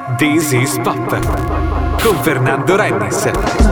This is Pop con Fernando Rennis.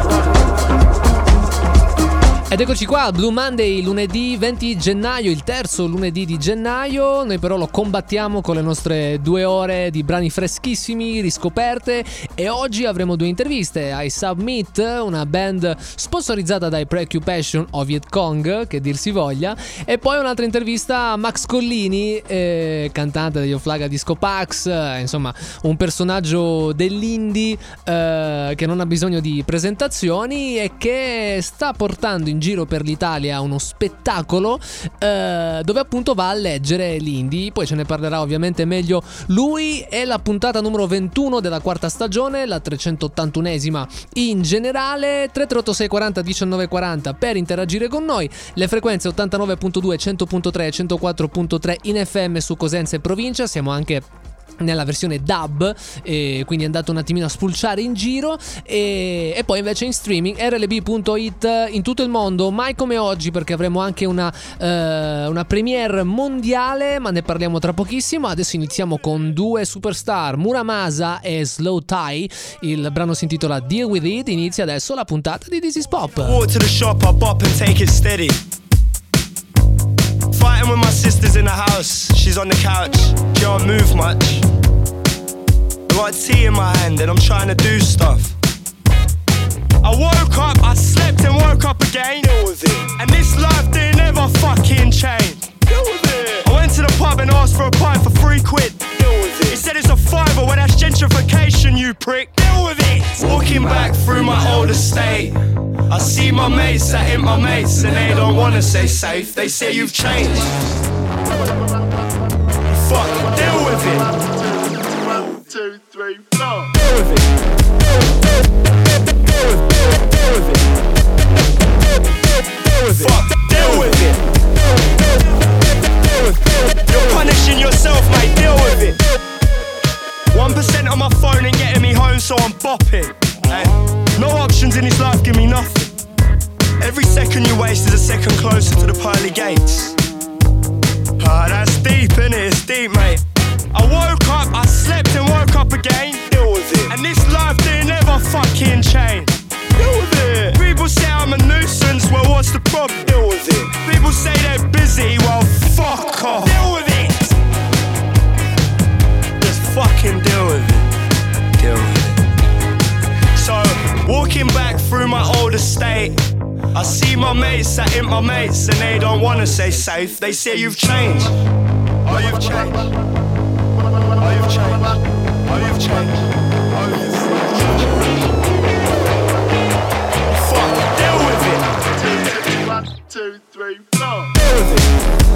Ed eccoci qua, Blue Monday, lunedì 20 gennaio, il terzo lunedì di gennaio. Noi però lo combattiamo con le nostre 2 ore di brani freschissimi, riscoperte. E oggi avremo 2 interviste ai Submit, una band sponsorizzata dai Preoccupation o Viet Cong, che dir si voglia. E poi un'altra intervista a Max Collini, cantante degli Oflaga Disco Pax, insomma un personaggio dell'indie che non ha bisogno di presentazioni e che sta portando in giro per l'Italia uno spettacolo dove appunto va a leggere l'indie. Poi ce ne parlerà ovviamente meglio lui. È la puntata numero 21 della 4ª stagione, la 381esima in generale. 338 640 1940 per interagire con noi. Le frequenze 89.2, 100.3 e 104.3 in FM su Cosenza e provincia. Siamo anche nella versione dub, quindi andate un attimino a spulciare in giro, e poi invece in streaming rlb.it in tutto il mondo, mai come oggi, perché avremo anche una premiere mondiale, ma ne parliamo tra pochissimo. Adesso iniziamo con 2 superstar, Muramasa e Slow Tie. Il brano si intitola Deal With It. Inizia adesso la puntata di This Is Pop. Walk to the shop, I bop and take it steady. Fighting with my sisters in the house, she's on the couch, can't move much. I got tea in my hand and I'm trying to do stuff. I woke up, I slept and woke up again. Deal with it. And this life didn't ever fucking change. Deal with it. I went to the pub and asked for a pint for £3. Deal with it. He said it's a fiver, well that's gentrification, you prick. Deal with it. Walking back through my old estate, I see my mates that ain't my mates, and they don't wanna say safe, they say you've changed. Fuck, deal with it. 1, 2, 3, 4. Deal with it. Fuck, deal with it. You're punishing yourself, mate, deal with it. 1% on my phone ain't getting me home, so I'm bopping. Hey, no options in this life give me nothing. Every second you waste is a second closer to the pearly gates. Ah, that's deep, innit? It's deep, mate. I woke up, I slept and woke up again. Deal with it. And this life didn't ever fucking change. Deal with it. People say I'm a nuisance, well what's the problem? Deal with it. People say they're busy, well fuck off. Deal with it. Just fucking deal with it. Deal with it. So, walking back through my old estate, I see my mates that ain't my mates, and they don't wanna say safe, they say you've changed. Oh, you've changed. Oh, you've changed. Oh, you've changed. Oh, you've changed. Fuck, deal with it. 1, 2, 3, 4. Deal with it.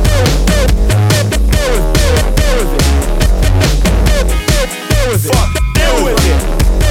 Fuck, deal with it.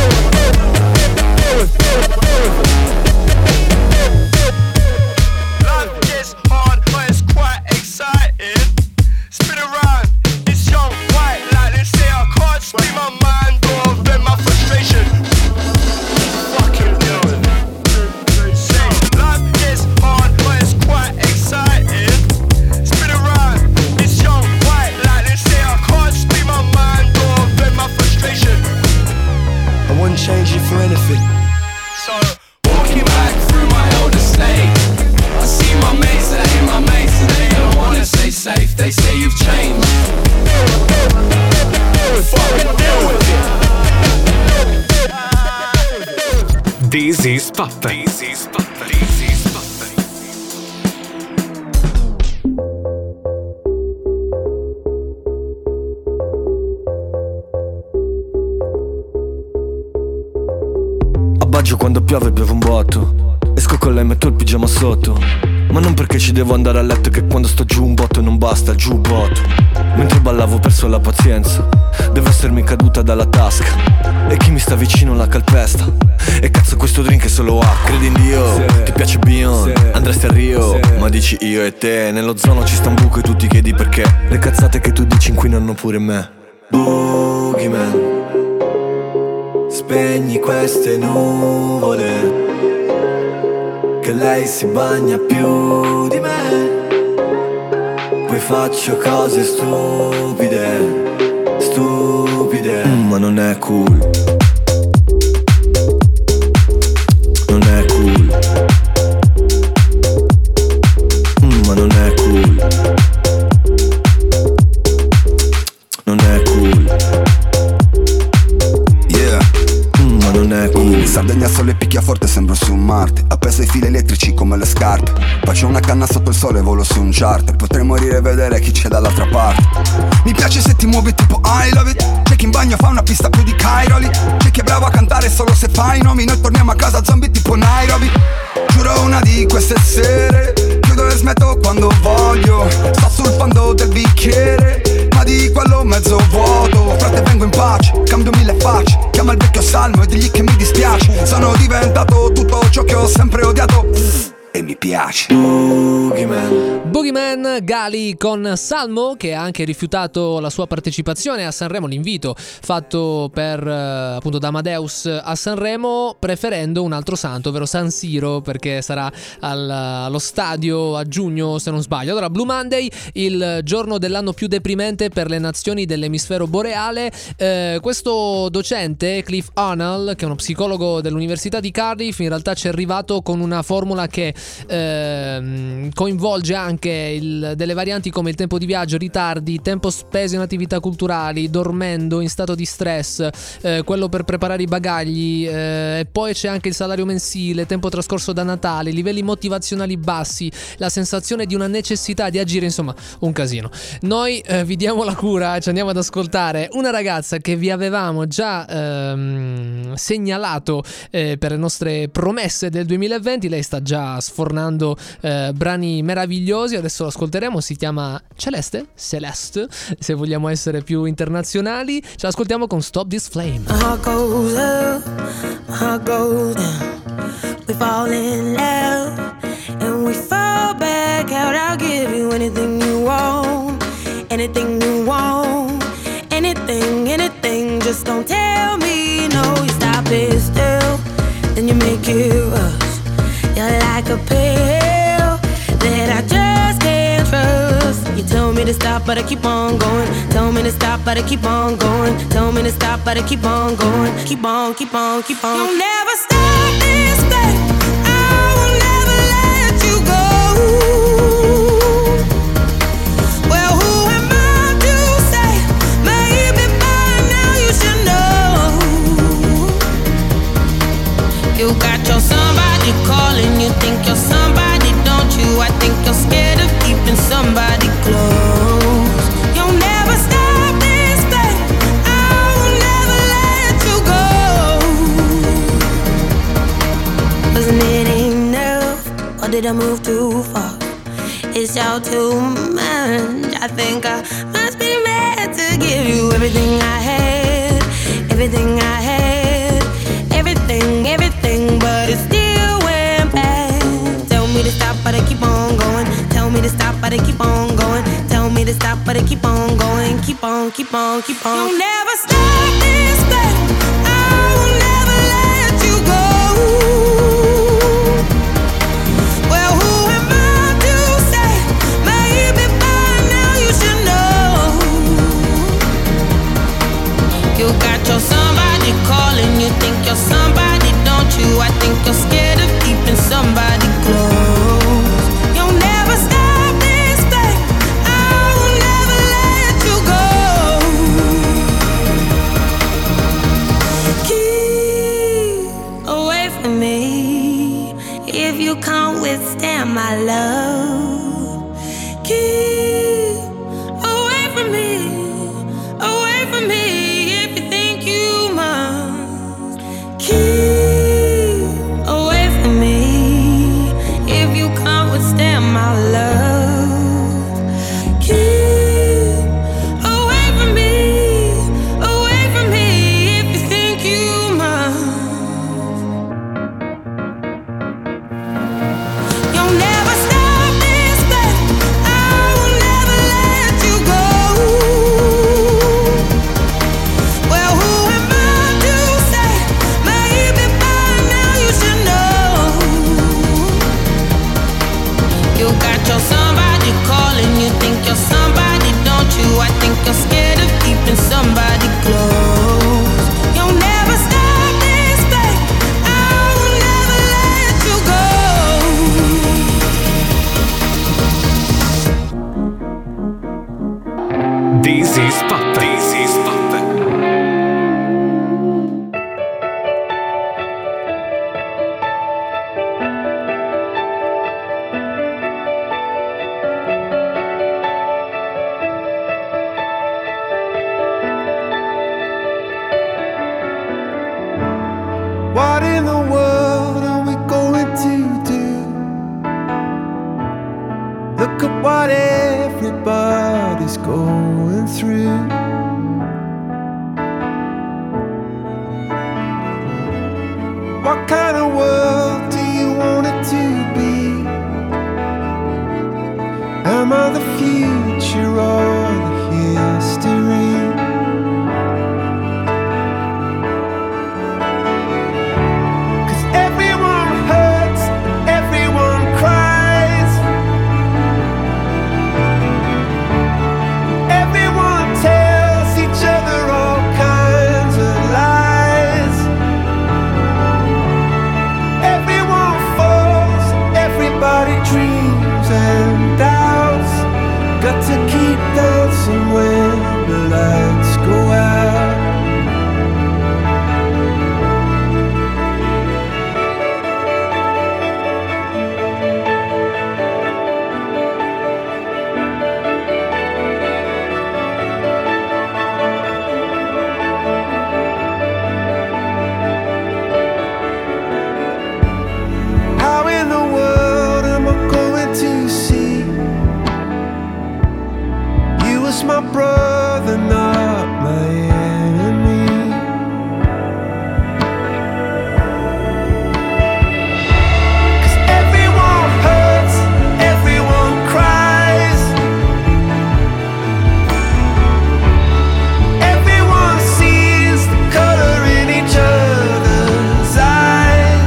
Life gets hard, but it's quite exciting. Spin around, it's young, white, like they say I can't speak my mind or vent my frustration. Fucking deal with it. Say, life gets hard, but it's quite exciting. Spin around, it's young, white, like they say I can't speak my mind or vent my frustration. I wouldn't change it for anything. So, walking back through my old estate, I see my mates that ain't my mates, and they don't wanna stay safe, they say you've changed. Fucking deal with it. This is Pop. This is Pop. This is Pop. Abbaggio quando piove, bevo un botto. Esco con lei, metto il pigiama sotto. Ma non perché ci devo andare a letto, che quando sto giù un botto non basta, il giubbotto. Mentre ballavo ho perso la pazienza, deve essermi caduta dalla tasca. E chi mi sta vicino la calpesta. E cazzo questo drink è solo acqua. Credi in Dio, sì. Ti piace Bion, sì. Andresti a Rio, sì. Ma dici io e te. Nello zono ci sta un buco e tu ti chiedi perché. Le cazzate che tu dici inquinano pure me. Boogeyman, spegni queste nuvole, che lei si bagna più di me. Poi faccio cose stupide, stupide. idee, ma non è cool. Non è cool. Ma non è cool. Non è cool. Yeah. Ma non è cool. Sardegna sole picchia forte, sembro su Marte. Appeso ai fili elettrici come le scarpe. Faccio una canna sotto il sole, volo su un charter. Potrei morire e vedere chi c'è dall'altra parte. Mi piace se ti muovi tipo I love it. C'è chi in bagno fa una pista più di Cairoli. C'è chi è bravo a cantare solo se fa i nomi. Noi torniamo a casa zombie tipo Nairobi. Giuro una di queste sere chiudo e smetto quando voglio. Sto sul fondo del bicchiere, ma di quello mezzo vuoto. Frate vengo in pace, cambio 1000 facce. Chiama il vecchio Salmo e digli che mi dispiace. Sono diventato tutto ciò che ho sempre odiato e mi piace. Boogeyman, Gali con Salmo, che ha anche rifiutato la sua partecipazione a Sanremo, l'invito fatto per appunto da Amadeus a Sanremo, preferendo un altro santo, ovvero San Siro, perché sarà allo stadio a giugno se non sbaglio. Allora, Blue Monday, il giorno dell'anno più deprimente per le nazioni dell'emisfero boreale. Questo docente, Cliff Arnold, che è uno psicologo dell'Università di Cardiff, in realtà ci è arrivato con una formula che coinvolge anche delle varianti come il tempo di viaggio, ritardi, tempo speso in attività culturali, dormendo in stato di stress, quello per preparare i bagagli, e poi c'è anche il salario mensile, tempo trascorso da Natale, livelli motivazionali bassi, la sensazione di una necessità di agire, insomma un casino. Noi vi diamo la cura, ci andiamo ad ascoltare una ragazza che vi avevamo già segnalato per le nostre promesse del 2020. Lei sta già sfornando brani meravigliosi, adesso lo ascolteremo, si chiama Celeste, se vogliamo essere più internazionali. Ce l'ascoltiamo con Stop This Flame. My heart goes up, my heart goes down. We fall in love and we fall back out. I'll give you anything you want, anything you want, anything, anything. Just don't tell me no. You stop it still, then you make it rush. You're like a pill that I just can't trust. You tell me to stop, but I keep on going. Tell me to stop, but I keep on going. Tell me to stop, but I keep on going. Keep on, keep on, keep on. You'll never stop this thing. I will never let you go. Well, who am I to say? Maybe by now you should know. You got your somebody calling, you think you're somebody, don't you? I think you're scared of keeping somebody close. You'll never stop this thing. I will never let you go. Wasn't it enough, or did I move too far? It's all too much. I think I must be mad to give you everything I had, everything I had, everything, everything, but it still went bad. Tell me to stop, but I keep on going. Tell me to stop, but I keep on going. Tell me to stop, but I keep on going. Keep on, keep on, keep on. You'll never stop this thing. I will never let you go. Well, who am I to say? Maybe by now you should know. You got your somebody calling, you think you're somebody, don't you? I think you're scared of keeping somebody close. You'll never stop this thing. I will never let you go. Keep away from me if you can't withstand my love. Keep away from me if you think you must. Keep away from me if you can't withstand my love. Keep away from me if you think you must. You'll never stop going through. What kind of world do you want it to be? Am I the future or the history? Dreams and doubts, got to keep dancing when the lights go out. How in the world am I going to see you as my brother, not my enemy? 'Cause everyone hurts, everyone cries, everyone sees the color in each other's eyes.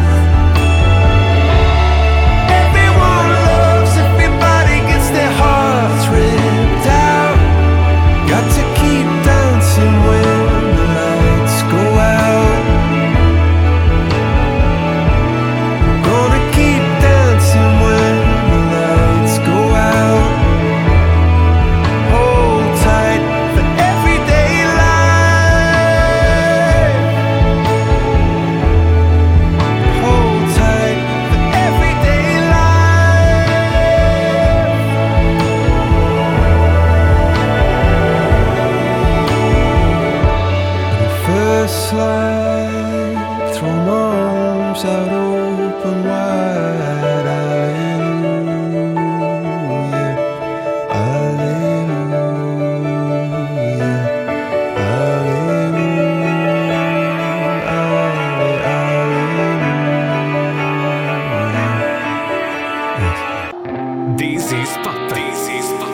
Everyone loves, everybody gets their hearts ripped out. Got to keep dancing when the lights go out. Gonna keep dancing when the lights go out. Hold tight for everyday life. Hold tight for everyday life. First slide, throw my arms out open wide. Hallelujah, hallelujah, hallelujah, hallelujah. This is Pop. This is Pop.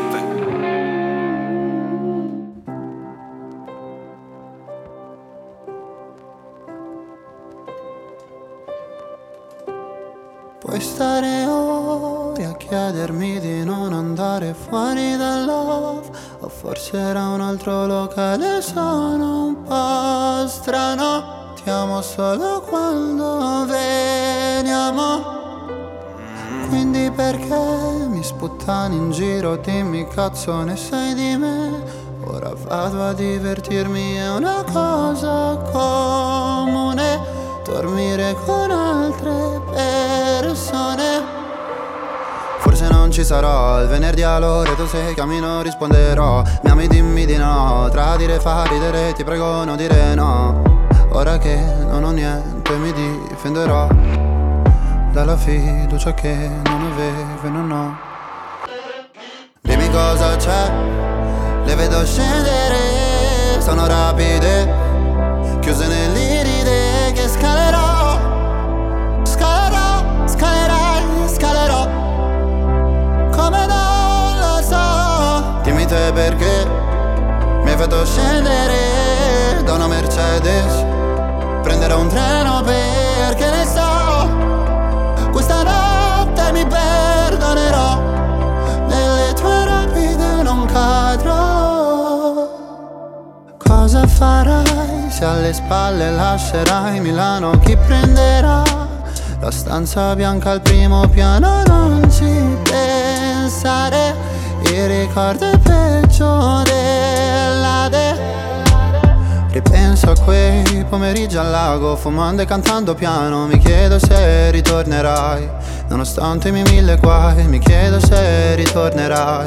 Puoi stare ore a chiedermi di non andare fuori dal love, o forse era un altro locale, sono un po' strano. Ti amo solo quando veniamo, quindi perché mi sputtani in giro? Dimmi cazzo ne sai di me. Ora vado a divertirmi, è una cosa comune, dormire con altre persone. Forse non ci sarò il venerdì a Loreto, se cammino risponderò. Mi ami dimmi di no, tradire fa ridere, ti prego non dire no. Ora che non ho niente mi difenderò dalla fiducia che non avevo e non ho. Dimmi cosa c'è, le vedo scendere, sono rapide, chiuse nell'iride che scalerò, scalerò, scalerai, scalerò, come non lo so. Dimmi te perché mi hai fatto scendere da una Mercedes, prenderò un treno perché ne so, questa notte mi perdonerò, nelle tue rapide non cadrò. Cosa farai se alle spalle lascerai Milano? Chi prenderà la stanza bianca al primo piano? Non ci pensare, il ricordo è peggio dell'Ade. Ripenso a quei pomeriggi al lago, fumando e cantando piano. Mi chiedo se ritornerai, nonostante i miei mille guai. Mi chiedo se ritornerai,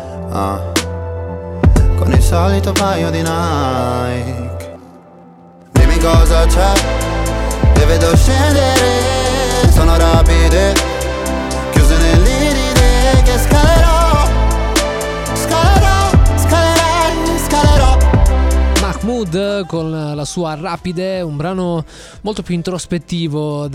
con il solito paio di Nike. Dimmi cosa c'è, le vedo scendere, sono rapide, chiuse nell'iride che scalerò, scalerò, scalerò, Mood con la sua Rapide, un brano molto più introspettivo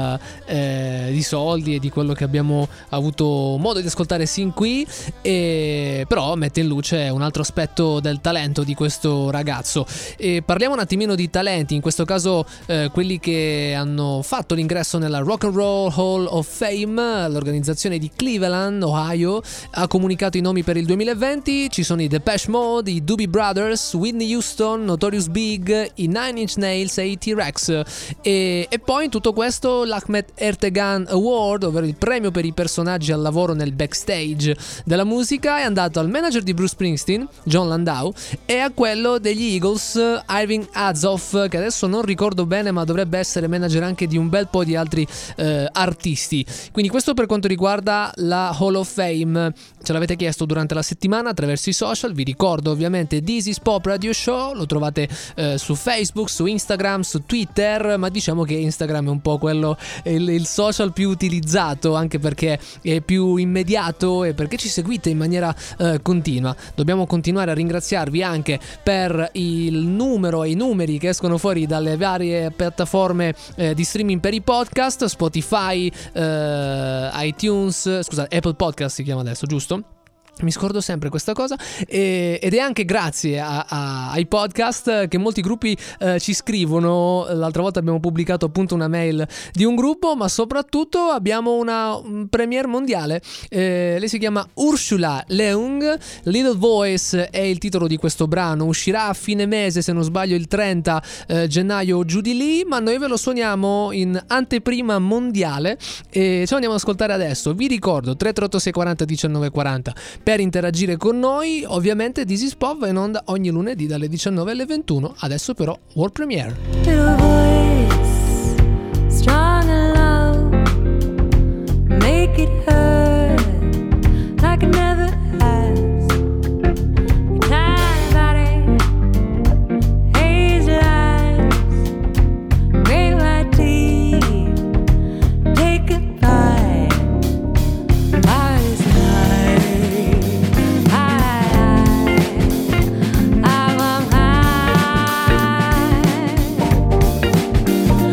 di Soldi e di quello che abbiamo avuto modo di ascoltare sin qui, e però mette in luce un altro aspetto del talento di questo ragazzo. E parliamo un attimino di talenti, in questo caso quelli che hanno fatto l'ingresso nella Rock and Roll Hall of Fame. L'organizzazione di Cleveland, Ohio, ha comunicato i nomi per il 2020. Ci sono i Depeche Mode, i Doobie Brothers, Whitney Houston, Notorious Big, i Nine Inch Nails e i T-Rex. E poi in tutto questo l'Ahmet Ertegun Award, ovvero il premio per i personaggi al lavoro nel backstage della musica, è andato al manager di Bruce Springsteen, John Landau, e a quello degli Eagles, Irving Azoff, che adesso non ricordo bene ma dovrebbe essere manager anche di un bel po' di altri artisti. Quindi questo per quanto riguarda la Hall of Fame. Ce l'avete chiesto durante la settimana attraverso i social. Vi ricordo ovviamente This is Pop Radio Show, lo trovate su Facebook, su Instagram, su Twitter, ma diciamo che Instagram è un po' quello, il social più utilizzato, anche perché è più immediato e perché ci seguite in maniera continua. Dobbiamo continuare a ringraziarvi anche per il numero e i numeri che escono fuori dalle varie piattaforme di streaming per i podcast, Spotify, iTunes, scusa, Apple Podcast si chiama adesso, giusto? Mi scordo sempre questa cosa, ed è anche grazie ai podcast che molti gruppi ci scrivono. L'altra volta abbiamo pubblicato appunto una mail di un gruppo, ma soprattutto abbiamo una premiere mondiale. Lei si chiama Ursula Leung, Little Voice è il titolo di questo brano, uscirà a fine mese, se non sbaglio il 30 gennaio giù di lì, ma noi ve lo suoniamo in anteprima mondiale e ce lo andiamo ad ascoltare adesso. Vi ricordo 338 640 1940 per interagire con noi. Ovviamente This is Pop va in onda ogni lunedì dalle 19 alle 21. Adesso però World Premiere. Little voice, strong and low, make it hurt like it never has. Your tiny body, hazel eyes, gray white teeth, take a bite, eyes high. I want high.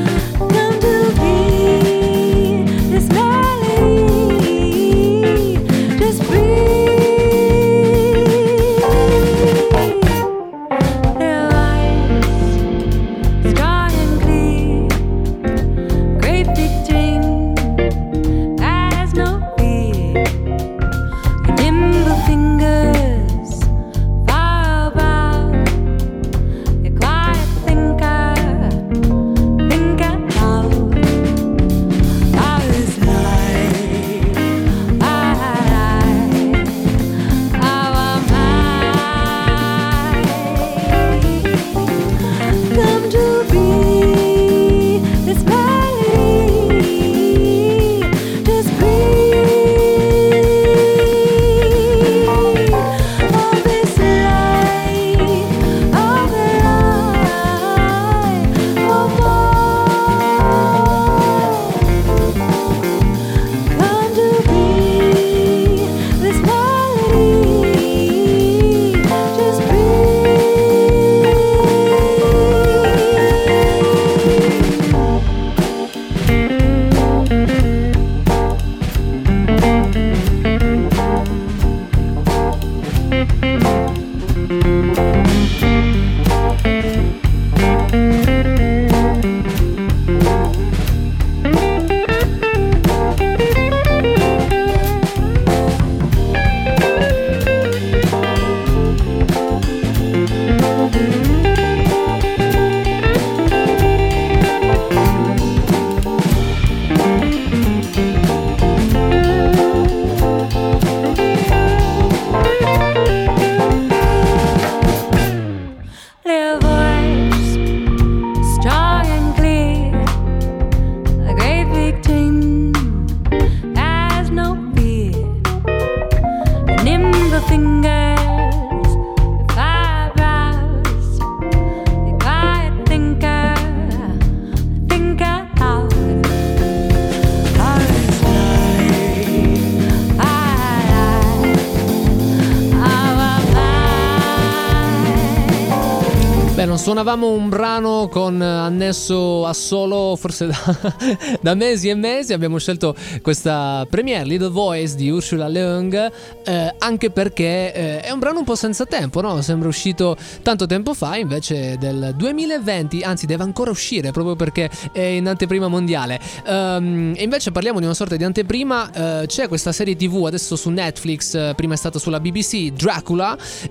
suonavamo un brano con annesso assolo forse da mesi e mesi. Abbiamo scelto questa premiere Little Voice di Ursula Le Hung, anche perché è un brano un po' senza tempo, no? Sembra uscito tanto tempo fa, invece del 2020, anzi deve ancora uscire proprio perché è in anteprima mondiale. E invece parliamo di una sorta di anteprima. C'è questa serie TV adesso su Netflix, prima è stata sulla BBC, Dracula,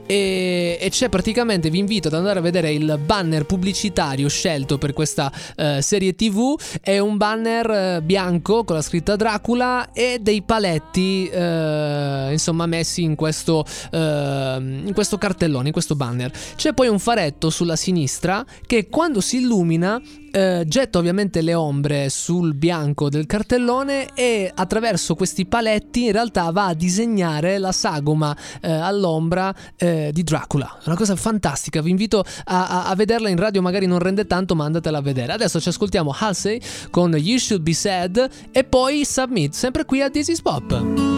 e c'è praticamente, vi invito ad andare a vedere il banner pubblicitario scelto per questa serie TV. È un banner bianco con la scritta Dracula e dei paletti insomma messi in questo cartellone, in questo banner. C'è poi un faretto sulla sinistra che quando si illumina getta ovviamente le ombre sul bianco del cartellone, e attraverso questi paletti in realtà va a disegnare la sagoma all'ombra di Dracula. È una cosa fantastica, vi invito a vederla. In radio magari non rende tanto, ma andatela a vedere. Adesso ci ascoltiamo Halsey con You Should Be Sad e poi Submit, sempre qui a This Is Pop.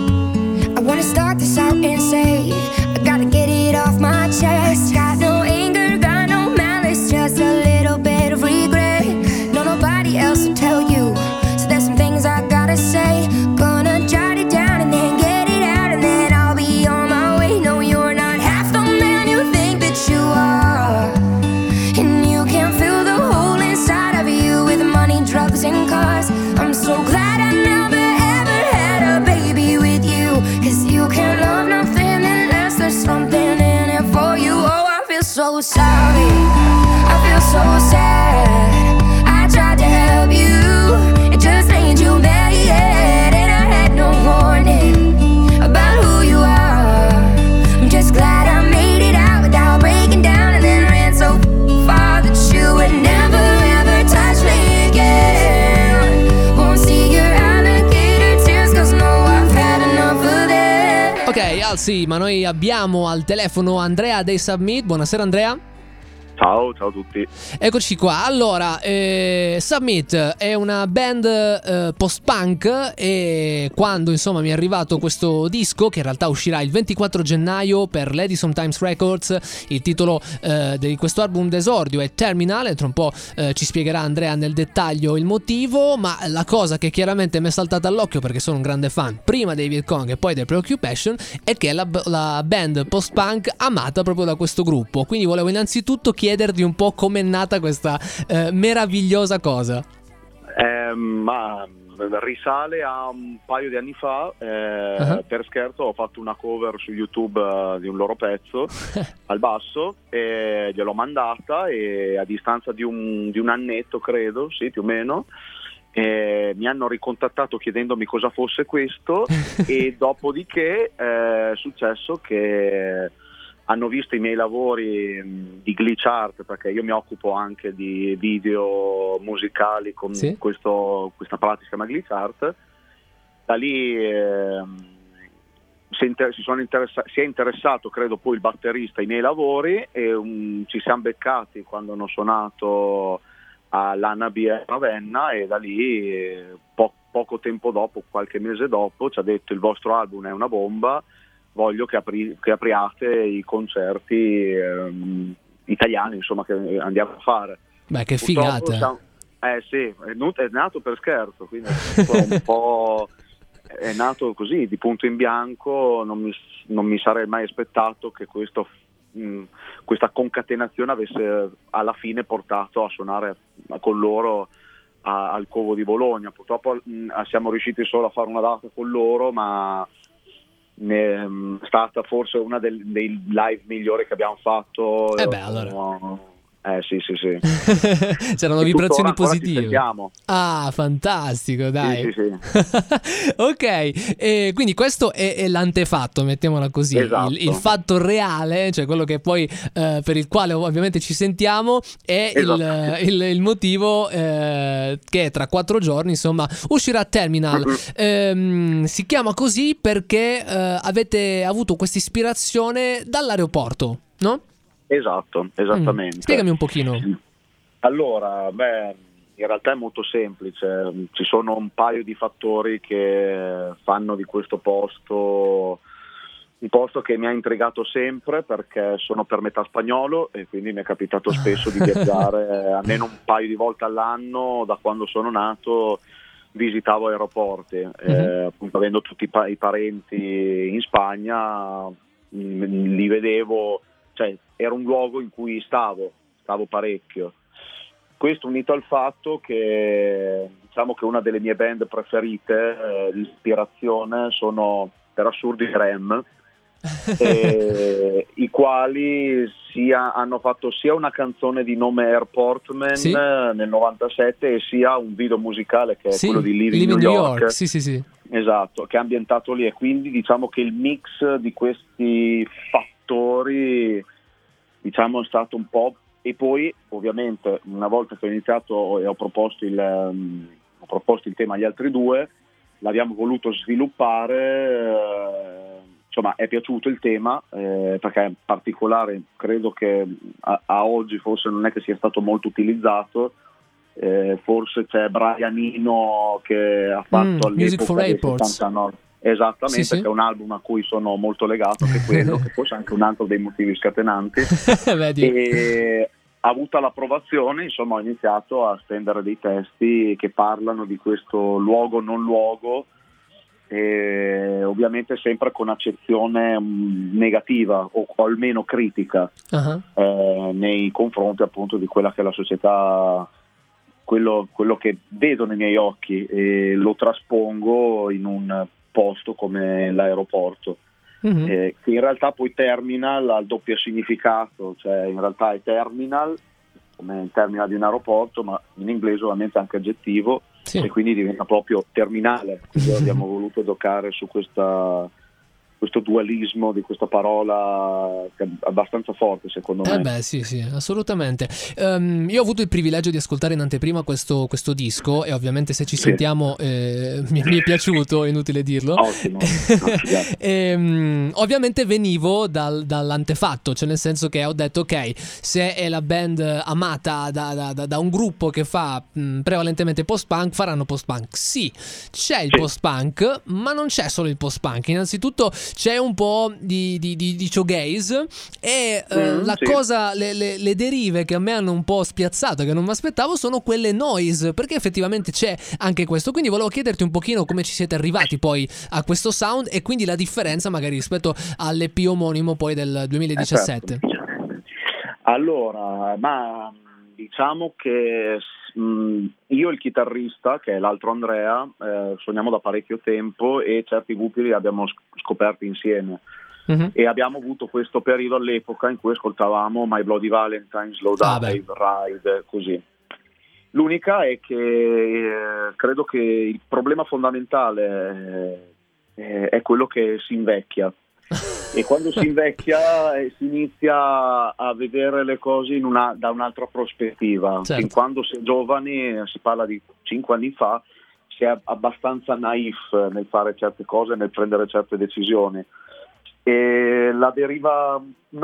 I wanna start this out and say I gotta get it off my chest. Got no anger, got no malice, just a little bit of regret. No, nobody else will tell you, so there's some things I gotta say. Gonna jot it down and then get it out, and then I'll be on my way. No, you're not half the man you think that you are, and you can fill the hole inside of you with money, drugs and cars. I'm so glad I never ever had a baby with you, 'cause you can't love nothing unless there's something in it for you. Oh, I feel so sorry, I feel so sad. I tried to help you, it just made you mad, and I had no warning about who you are. I'm just glad I made it out without breaking down, and then ran so far that you would never ever touch me again. Won't see your alligator tears, 'cause no, I've had enough of that. Ok, Alzi, ma noi abbiamo al telefono Andrea dei Submit. Buonasera Andrea. Ciao a tutti. Eccoci qua. Allora, Submit è una band post-punk, e quando insomma mi è arrivato questo disco, che in realtà uscirà il 24 gennaio per l'Edison Times Records, il titolo di questo album d'esordio è Terminal, e tra un po' ci spiegherà Andrea nel dettaglio il motivo, ma la cosa che chiaramente mi è saltata all'occhio, perché sono un grande fan prima dei Viet Cong e poi dei Preoccupation, è che è la band post-punk amata proprio da questo gruppo. Quindi volevo innanzitutto chiederti un po' com'è nata questa meravigliosa cosa. Ma risale a un paio di anni fa. Per scherzo ho fatto una cover su YouTube di un loro pezzo al basso, e gliel'ho mandata, e a distanza di un annetto, credo, sì, più o meno, mi hanno ricontattato chiedendomi cosa fosse questo e dopodiché è successo che hanno visto i miei lavori di glitch art, perché io mi occupo anche di video musicali con questa pratica si chiama glitch art. Da lì si è interessato, credo, poi il batterista ai miei lavori, e ci siamo beccati quando hanno suonato all'Anabi a Ravenna, e da lì poco tempo dopo, qualche mese dopo, ci ha detto: il vostro album è una bomba, voglio che apriate i concerti italiani, insomma, che andiamo a fare. Beh, che figata. Sì, è nato per scherzo, quindi un po' è nato così, di punto in bianco. Non mi sarei mai aspettato che questa concatenazione avesse alla fine portato a suonare con loro al Covo di Bologna. Purtroppo siamo riusciti solo a fare una data con loro, ma è stata forse una dei live migliori che abbiamo fatto. Allora. Sì. C'erano vibrazioni positive. Ah, fantastico, dai. Sì. Ok, quindi questo è l'antefatto, mettiamola così. Esatto. Il fatto reale, cioè quello che poi per il quale ovviamente ci sentiamo, è il motivo che tra 4 giorni, insomma, uscirà Terminal. Si chiama così perché avete avuto questa ispirazione dall'aeroporto, no? Esatto, esattamente. Spiegami un pochino. Allora, in realtà è molto semplice. Ci sono un paio di fattori che fanno di questo posto un posto che mi ha intrigato sempre perché sono per metà spagnolo e quindi mi è capitato spesso di viaggiare almeno un paio di volte all'anno. Da quando sono nato visitavo aeroporti, appunto avendo tutti i parenti in Spagna, li vedevo, cioè era un luogo in cui stavo parecchio. Questo unito al fatto che diciamo che una delle mie band preferite, l'ispirazione, sono per assurdo i Rem, i quali hanno fatto sia una canzone di nome Airportman nel 97 e sia un video musicale che è quello di Living New York. Sì. Esatto, che è ambientato lì, e quindi diciamo che il mix di questi fattori diciamo è stato un po'. E poi ovviamente una volta che ho iniziato e ho proposto il tema agli altri due, l'abbiamo voluto sviluppare, insomma è piaciuto il tema perché è particolare, credo che a oggi forse non è che sia stato molto utilizzato, forse c'è Brian Eno che ha fatto Music for all'epoca Airports. 79, esattamente, Sì. che è un album a cui sono molto legato, che quello che forse è anche un altro dei motivi scatenanti. Vedi. E ha avuto l'approvazione, insomma ho iniziato a stendere dei testi che parlano di questo luogo non luogo, e ovviamente sempre con accezione negativa o almeno critica nei confronti appunto di quella che è la società, quello che vedo nei miei occhi, e lo traspongo in un posto come l'aeroporto. Che in realtà poi terminal ha il doppio significato, cioè in realtà è terminal come il terminal di un aeroporto, ma in inglese ovviamente anche aggettivo, e quindi diventa proprio terminale. Quindi abbiamo voluto giocare su questo dualismo di questa parola che è abbastanza forte secondo me. Sì, assolutamente. Io ho avuto il privilegio di ascoltare in anteprima questo disco e ovviamente se ci sentiamo mi è piaciuto, è inutile dirlo. Ottimo. Ovviamente venivo dall'antefatto, cioè nel senso che ho detto ok, se è la band amata da un gruppo che fa prevalentemente post-punk, faranno post-punk. Sì, c'è il post-punk, ma non c'è solo il post-punk. Innanzitutto c'è un po' di showgaze e cosa, le derive che a me hanno un po' spiazzato, che non mi aspettavo, sono quelle noise, perché effettivamente c'è anche questo. Quindi volevo chiederti un pochino come ci siete arrivati poi a questo sound e quindi la differenza magari rispetto all'EP omonimo poi del 2017. Allora, ma diciamo che io e il chitarrista, che è l'altro Andrea, suoniamo da parecchio tempo e certi gruppi li abbiamo scoperti insieme. E abbiamo avuto questo periodo all'epoca in cui ascoltavamo My Bloody Valentine, Slow Dive, Ride, così. L'unica è che credo che il problema fondamentale è quello che si invecchia. E quando si invecchia si inizia a vedere le cose da un'altra prospettiva. Certo. Fin quando si è giovani, si parla di 5 anni fa, si è abbastanza naif nel fare certe cose, nel prendere certe decisioni. E la deriva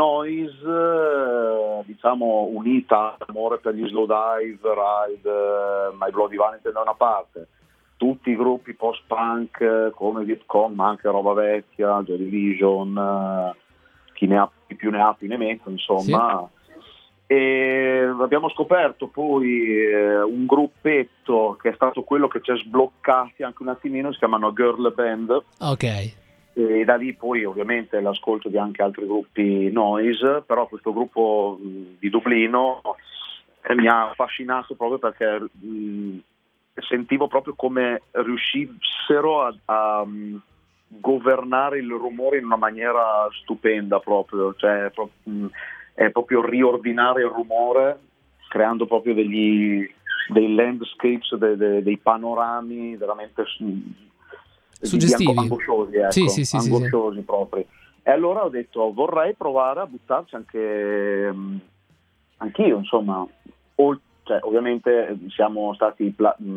noise, diciamo, unita all'amore per gli Slow Dive, Ride, My Bloody Valentine da una parte, tutti i gruppi post-punk come Vietcong, ma anche roba vecchia, Joy Division, chi ne ha più ne ha più ne mette, insomma. Sì. E abbiamo scoperto poi un gruppetto che è stato quello che ci ha sbloccati anche un attimino, si chiamano Girl Band. Ok. E da lì poi ovviamente l'ascolto di anche altri gruppi noise, però questo gruppo di Dublino mi ha affascinato proprio perché sentivo proprio come riuscissero a governare il rumore in una maniera stupenda proprio, cioè è proprio riordinare il rumore creando proprio dei landscapes, dei panorami veramente suggestivi, angosciosi, ecco, sì, angosciosi proprio. E allora ho detto vorrei provare a buttarci anch'io, insomma, cioè, ovviamente siamo stati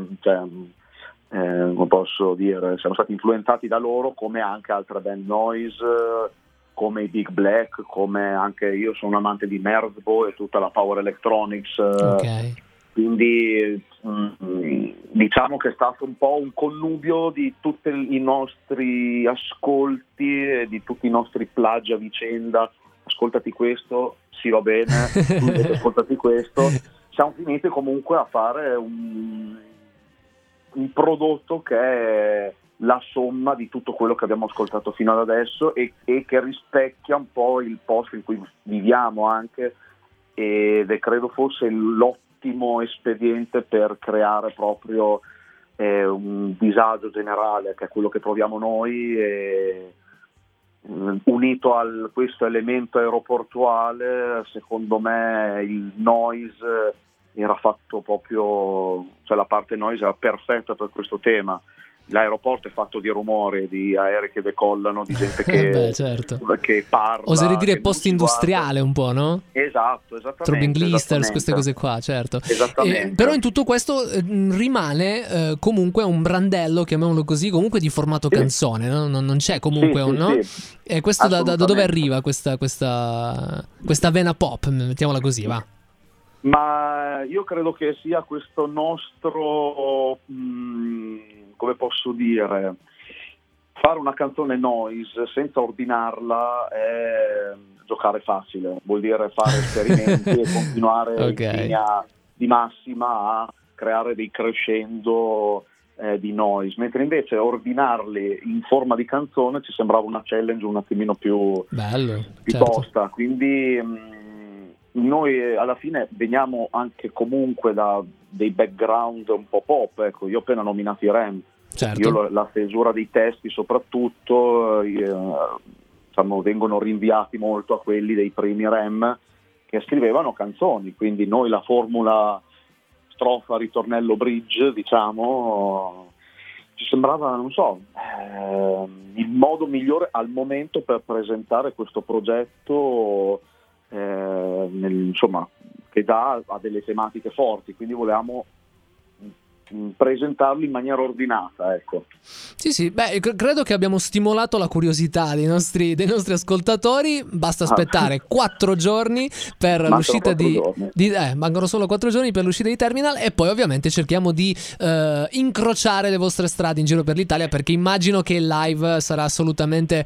come posso dire, siamo stati influenzati da loro, come anche altre band noise, come i Big Black, come anche io sono un amante di Merzbow e tutta la Power Electronics, quindi diciamo che è stato un po' un connubio di tutti i nostri ascolti e di tutti i nostri plagi a vicenda. Ascoltati questo, sì, va bene, ascoltati questo. Siamo finiti comunque a fare un prodotto che è la somma di tutto quello che abbiamo ascoltato fino ad adesso e che rispecchia un po' il posto in cui viviamo anche, ed è credo fosse l'ottimo espediente per creare proprio un disagio generale, che è quello che proviamo noi, unito a questo elemento aeroportuale. Secondo me il noise era fatto proprio, cioè la parte noise era perfetta per questo tema. L'aeroporto è fatto di rumore, di aerei che decollano, di gente che, certo, che parla. Oserei dire post-industriale un po', no? Esatto, esattamente. Throbbing Glisters, queste cose qua, certo. Esattamente. Però in tutto questo rimane comunque un brandello, chiamiamolo così, comunque di formato canzone, no? Non c'è comunque no? Sì. E questo da dove arriva questa vena pop, mettiamola così, va? Ma io credo che sia questo nostro, come posso dire, fare una canzone noise senza ordinarla è giocare facile, vuol dire fare esperimenti e continuare in linea di massima a creare dei crescendo di noise, mentre invece ordinarli in forma di canzone ci sembrava una challenge un attimino più bello, tosta, quindi noi alla fine veniamo anche comunque da dei background un po' pop, ecco. Io ho appena nominato i Rem, certo. Io la stesura dei testi soprattutto vengono rinviati molto a quelli dei primi Rem che scrivevano canzoni, quindi noi la formula strofa, ritornello, bridge, diciamo, ci sembrava, non so, il modo migliore al momento per presentare questo progetto, insomma, che ha delle tematiche forti, quindi volevamo presentarlo in maniera ordinata, ecco. Sì, beh, credo che abbiamo stimolato la curiosità dei nostri ascoltatori. Basta aspettare 4 giorni per l'uscita mancano solo 4 giorni per l'uscita di Terminal, e poi ovviamente cerchiamo di incrociare le vostre strade in giro per l'Italia, perché immagino che il live sarà assolutamente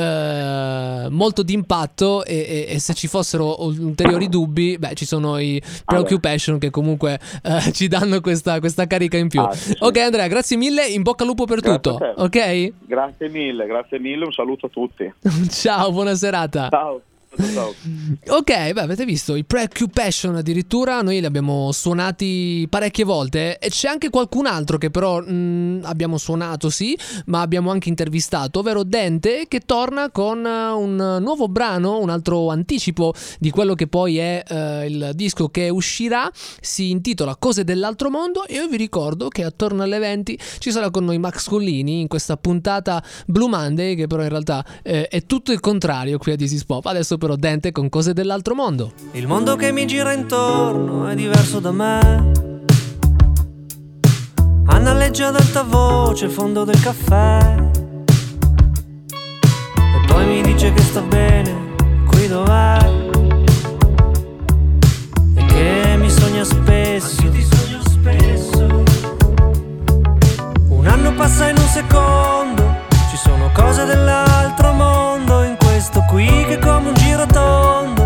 molto d'impatto, e se ci fossero ulteriori dubbi, beh, ci sono i Preoccupation che comunque ci danno questa carica in più. Sì. Ok Andrea, grazie mille, in bocca al lupo per tutto. Ok? Grazie mille, un saluto a tutti. Ciao, buona serata. Ciao. Ok, beh, avete visto i Preoccupation, addirittura noi li abbiamo suonati parecchie volte, e c'è anche qualcun altro che però abbiamo suonato, sì, ma abbiamo anche intervistato, ovvero Dente, che torna con un nuovo brano, un altro anticipo di quello che poi è il disco che uscirà. Si intitola Cose dell'altro mondo, e io vi ricordo che attorno alle 20 ci sarà con noi Max Collini in questa puntata Blue Monday, che però in realtà è tutto il contrario qui a This Is Pop. Adesso però Dente con Cose dell'altro mondo. Il mondo che mi gira intorno è diverso da me. Annalleggia ad alta voce il fondo del caffè, e poi mi dice che sta bene qui dov'è, e che mi sogna spesso. Anche ti sogno spesso. Un anno passa in un secondo, ci sono cose dell'altro mondo in questo qui che è come un giro tondo.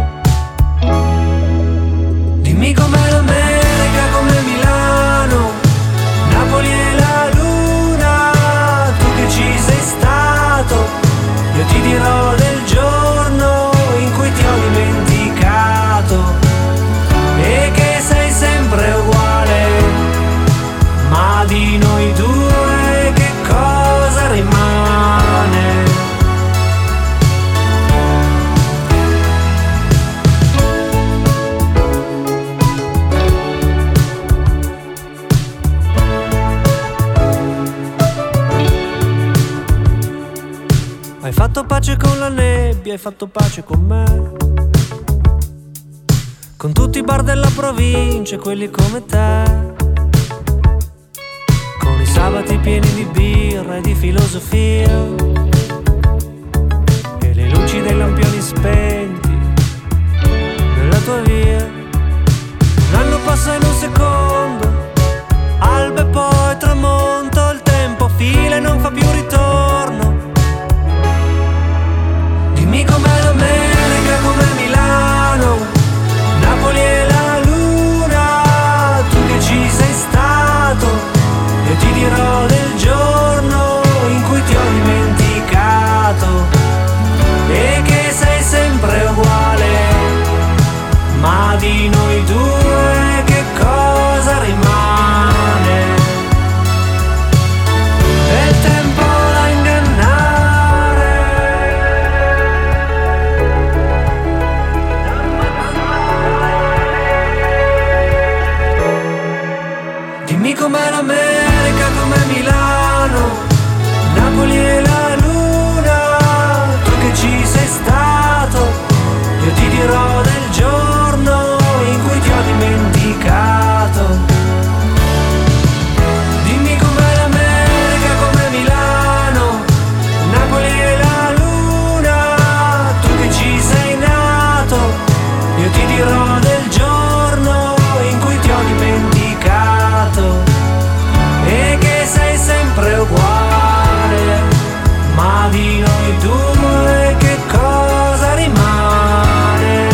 Dimmi com'è l'America, com'è Milano, Napoli e la luna. Tu che ci sei stato, io ti dirò del giorno in cui ti ho dimenticato, e che sei sempre uguale, ma di noi due che cosa rimane? Hai fatto pace con la nebbia, hai fatto pace con me, con tutti i bar della provincia, quelli come te, con i sabati pieni di birra e di filosofia, e le luci dei lampioni spenti nella tua via. Un anno passa in un secondo, Dimmi com'è l'America, com'è Milano, Napoli e la luna. Tu che ci sei stato, io ti dirò del giorno in cui ti ho dimenticato. Dimmi com'è l'America, com'è Milano, Napoli e la luna. Tu che ci sei nato, io ti dirò del giorno in cui ti ho dimenticato. E che sei sempre uguale, ma di noi due che cosa rimane?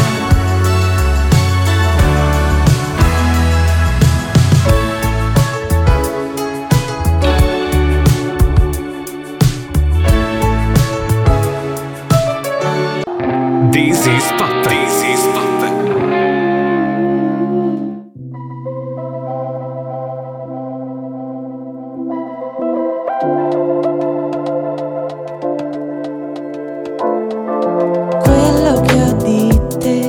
This is Pop. This is Pop. Quello che ho di te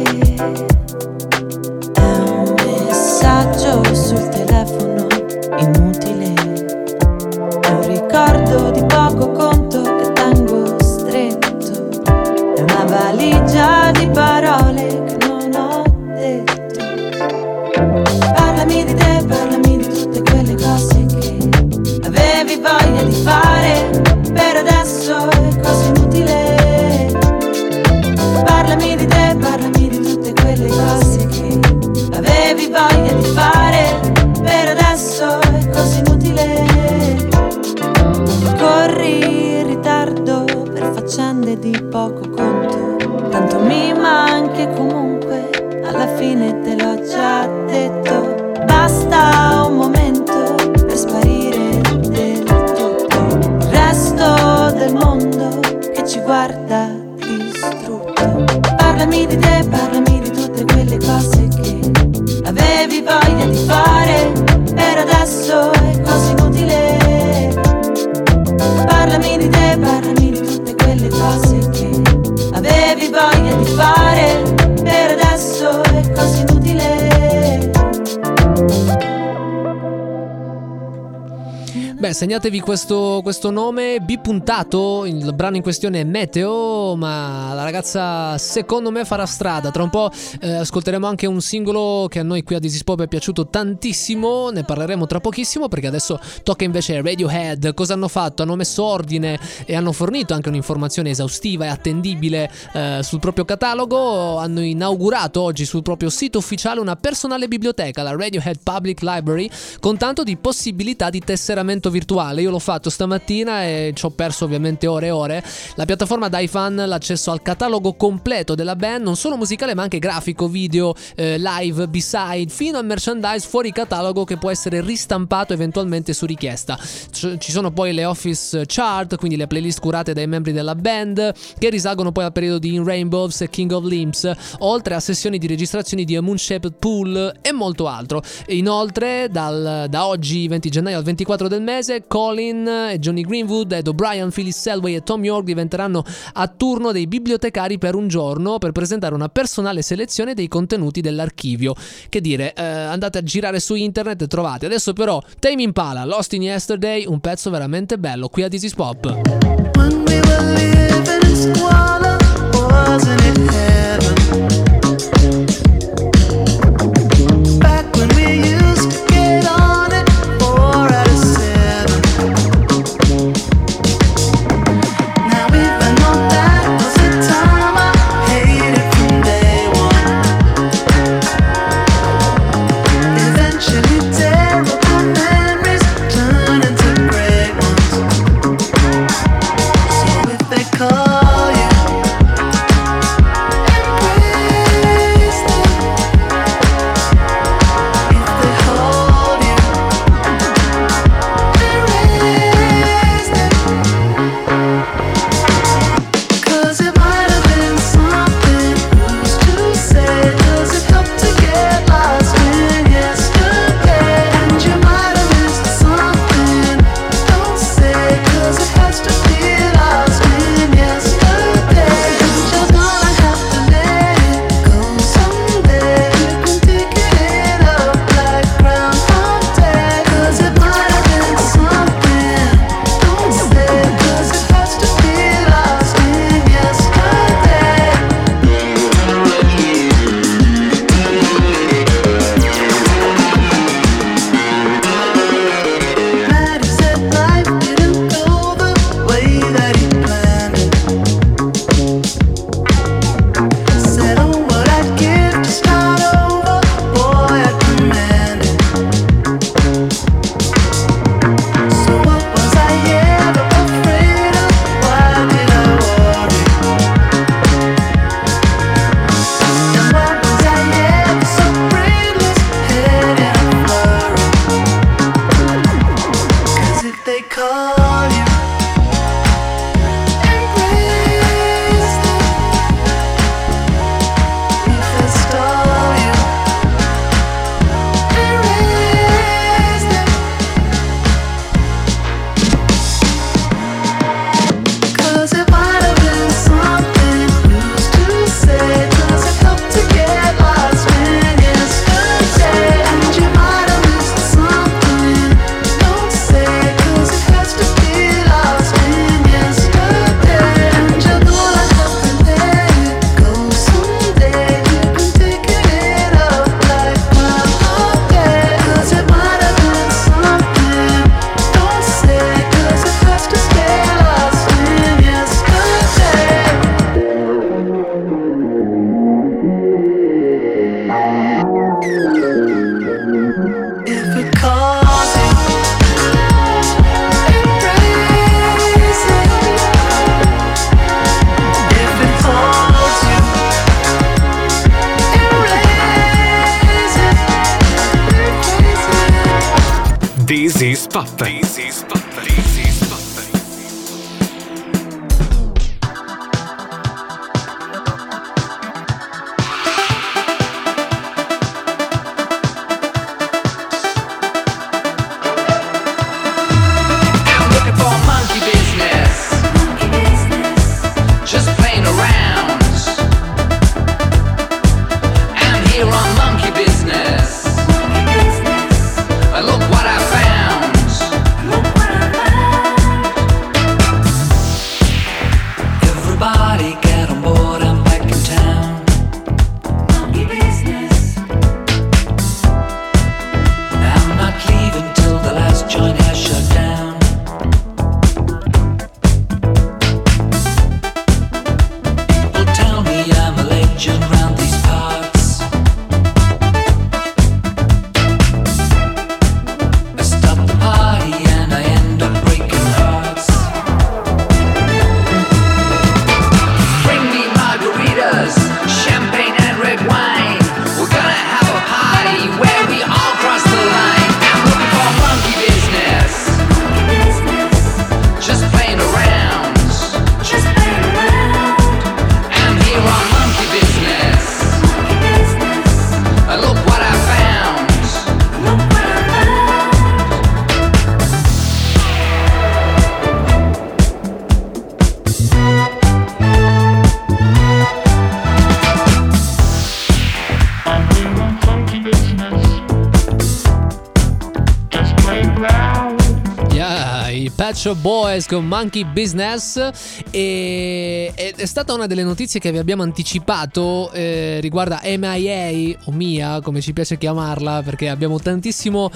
è un messaggio sul telefono inutile, è un ricordo di poco conto che tengo stretto, è una valigia di parole che non ho detto. Parlami di te, parlami di tutte quelle cose che avevi voglia di fare, per adesso è cosa inutile. Parlami di te, parlami di tutte quelle cose che avevi voglia di fare, per adesso è cosa inutile. Corri in ritardo per faccende di poco conto, tanto mi manchi comunque, alla fine te l'ho già detto. Basta un momento per sparire del tutto, il resto del mondo che ci guarda distrutto. Parlami di te, parlami di tutte quelle cose che avevi voglia di fare, per adesso è cosa inutile. Parlami di te, parlami di tutte quelle cose che avevi voglia di fare, per adesso è cosa inutile. Beh, segnatevi questo nome bipuntato. Il brano in questione è Meteo, ma la ragazza secondo me farà strada. Tra un po' ascolteremo anche un singolo che a noi qui a This Is Pop è piaciuto tantissimo. Ne parleremo tra pochissimo, perché adesso tocca invece Radiohead. Cosa hanno fatto? Hanno messo ordine e hanno fornito anche un'informazione esaustiva e attendibile sul proprio catalogo. Hanno inaugurato oggi sul proprio sito ufficiale una personale biblioteca, la Radiohead Public Library, con tanto di possibilità di tesseramento virtuale. Io l'ho fatto stamattina e ci ho perso ovviamente ore e ore. La piattaforma dà ai fan l'accesso al catalogo completo della band, non solo musicale ma anche grafico, video, live, B-side, fino al merchandise fuori catalogo che può essere ristampato eventualmente su richiesta. Ci sono poi le office chart, quindi le playlist curate dai membri della band, che risalgono poi al periodo di In Rainbows e King of Limbs, oltre a sessioni di registrazioni di A Moonshaped Pool e molto altro. E inoltre da oggi 20 gennaio al 24 del mese, Colin e Johnny Greenwood, Ed O'Brien, Phyllis Selway e Tom York diventeranno a turno dei bibliotecari per un giorno per presentare una personale selezione dei contenuti dell'archivio. Che dire, andate a girare su internet e trovate. Adesso però Tame Impala, Lost in Yesterday, un pezzo veramente bello qui a This Is Pop. When we were living in squalor, wasn't it heaven? Back when we used to get on it 4 out of 7. Now even though that was a time I hated from day one, eventually terrible memories turn into great ones. So if they call you This is Pop. This is Pop. This is Pop. Pet Shop Boys con Monkey Business, e è stata una delle notizie che vi abbiamo anticipato, riguarda MIA o Mia, come ci piace chiamarla, perché abbiamo tantissima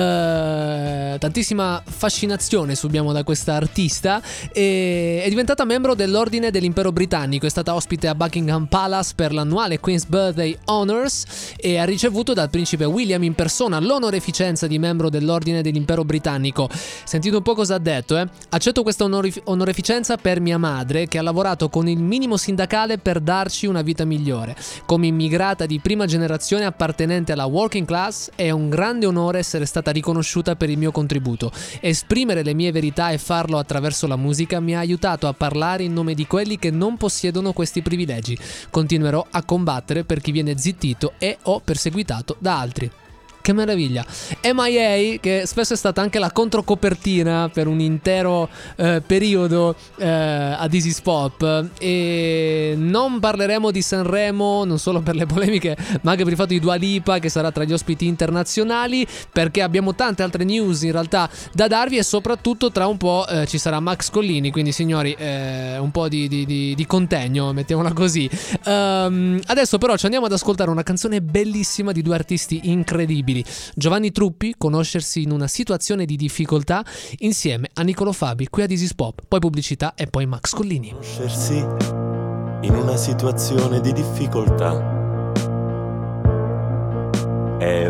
fascinazione subiamo da questa artista. È diventata membro dell'Ordine dell'Impero Britannico, è stata ospite a Buckingham Palace per l'annuale Queen's Birthday Honors e ha ricevuto dal principe William in persona l'onoreficenza di membro dell'Ordine dell'Impero Britannico. Sentite un po' cosa ha detto, Accetto questa onoreficenza per mia madre, che ha lavorato con il minimo sindacale per darci una vita migliore. Come immigrata di prima generazione appartenente alla working class, è un grande onore essere stata riconosciuta per il mio contributo. Esprimere le mie verità e farlo attraverso la musica mi ha aiutato a parlare in nome di quelli che non possiedono questi privilegi. Continuerò a combattere per chi viene zittito e o perseguitato da altri. Che meraviglia. MIA, che spesso è stata anche la controcopertina per un intero periodo a This Is Pop, e non parleremo di Sanremo non solo per le polemiche ma anche per il fatto di Dua Lipa, che sarà tra gli ospiti internazionali, perché abbiamo tante altre news in realtà da darvi, e soprattutto tra un po' ci sarà Max Collini, quindi signori un po' di contegno, mettiamola così. Adesso però ci andiamo ad ascoltare una canzone bellissima di due artisti incredibili: Giovanni Truppi, Conoscersi in una situazione di difficoltà, insieme a Niccolò Fabi, qui a This Is Pop, poi pubblicità e poi Max Collini. Conoscersi in una situazione di difficoltà è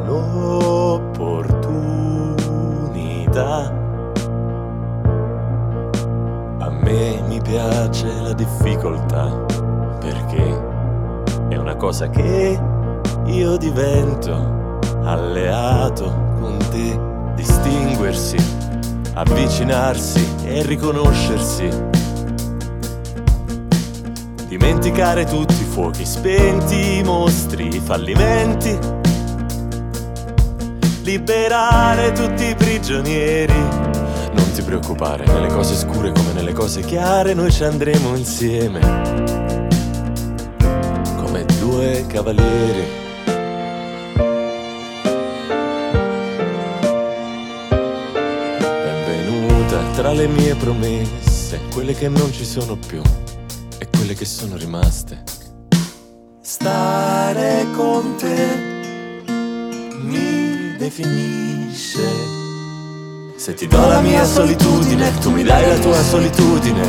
un'opportunità. A me mi piace la difficoltà perché è una cosa che io divento alleato con te. Distinguersi, avvicinarsi e riconoscersi, dimenticare tutti i fuochi spenti, i mostri, i fallimenti, liberare tutti i prigionieri. Non ti preoccupare, nelle cose scure come nelle cose chiare noi ci andremo insieme come due cavalieri. Tra le mie promesse, quelle che non ci sono più e quelle che sono rimaste. Stare con te mi definisce. Se ti do la mia solitudine, tu mi dai la tua solitudine.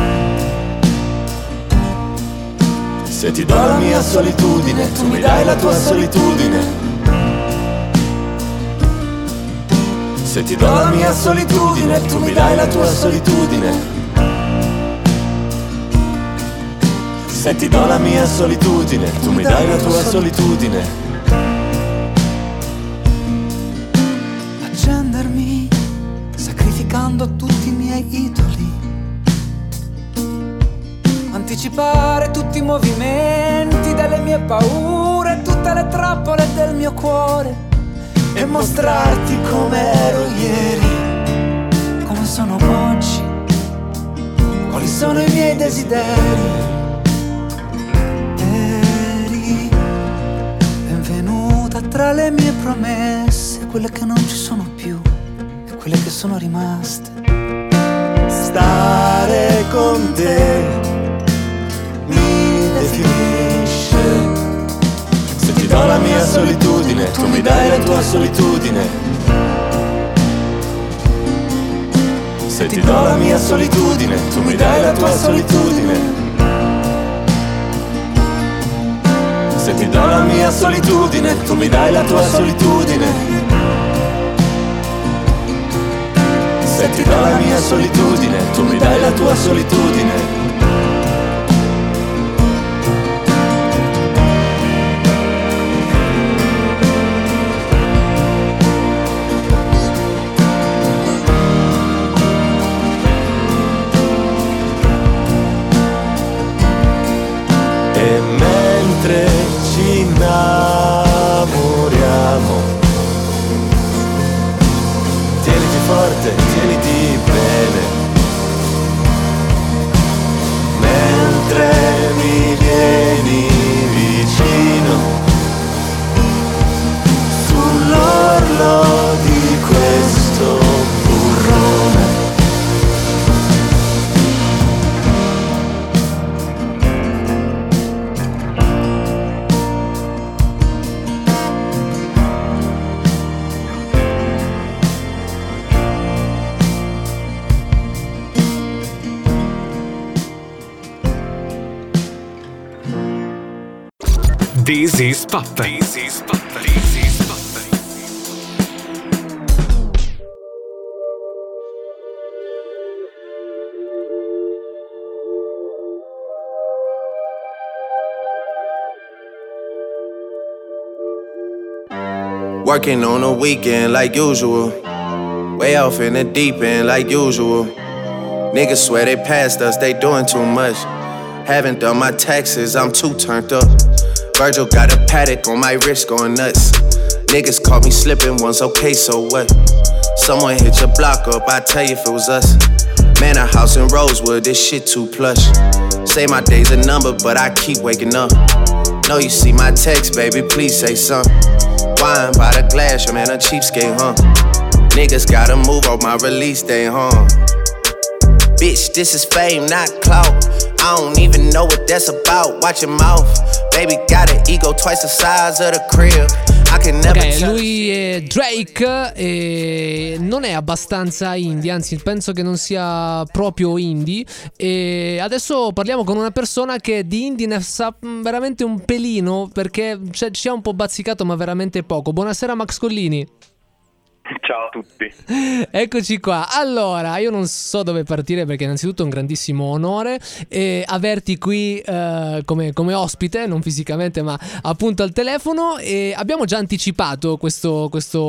Se ti do la mia solitudine, tu mi dai la tua solitudine. Se ti do la mia solitudine, tu mi dai la tua solitudine. Se ti do la mia solitudine, tu mi dai la tua solitudine. arcendermi, sacrificando tutti i miei idoli, anticipare tutti i movimenti delle mie paure, tutte le trappole del mio cuore, e mostrarti come ero ieri, come sono oggi, quali sono i miei desideri. Eri benvenuta tra le mie promesse, quelle che non ci sono più e quelle che sono rimaste. Stare con te mi definisce. Se ti do la mia solitudine, tu mi dai la tua solitudine. Se ti do la mia solitudine, tu mi dai la tua solitudine. Se ti do la mia solitudine, tu mi dai la tua solitudine. Se ti do la mia solitudine, tu mi dai la tua solitudine. Innamoriamo, tieniti forte, tieniti bene, mentre mi vieni vicino, sull'orlo di questo burrone. This is Pop. This is Pop. This is Pop. Working on a weekend like usual. Way off in the deep end like usual. Niggas swear they passed us, they doing too much. Haven't done my taxes, I'm too turned up. Virgil got a paddock on my wrist going nuts. Niggas caught me slipping once, okay, so what? Someone hit your block up, I tell you if it was us. Man, a house in Rosewood, this shit too plush. Say my day's a number, but I keep waking up. Know you see my text, baby, please say something. Wine by the glass, your man a cheapskate, huh? Niggas gotta move on my release day, huh? Bitch, this is fame, not clout. I don't even know what that's about. Watch your mouth. Baby got an ego twice the size of the crib. I can never lui è Drake e non è abbastanza indie, anzi penso che non sia proprio indie. E adesso parliamo con una persona che di indie ne sa veramente un pelino, perché ci ha un po' bazzicato ma veramente poco. Buonasera Max Collini. Ciao a tutti. Eccoci qua. Allora, io non so dove partire, perché innanzitutto è un grandissimo onore averti qui come ospite, non fisicamente ma appunto al telefono. E abbiamo già anticipato questo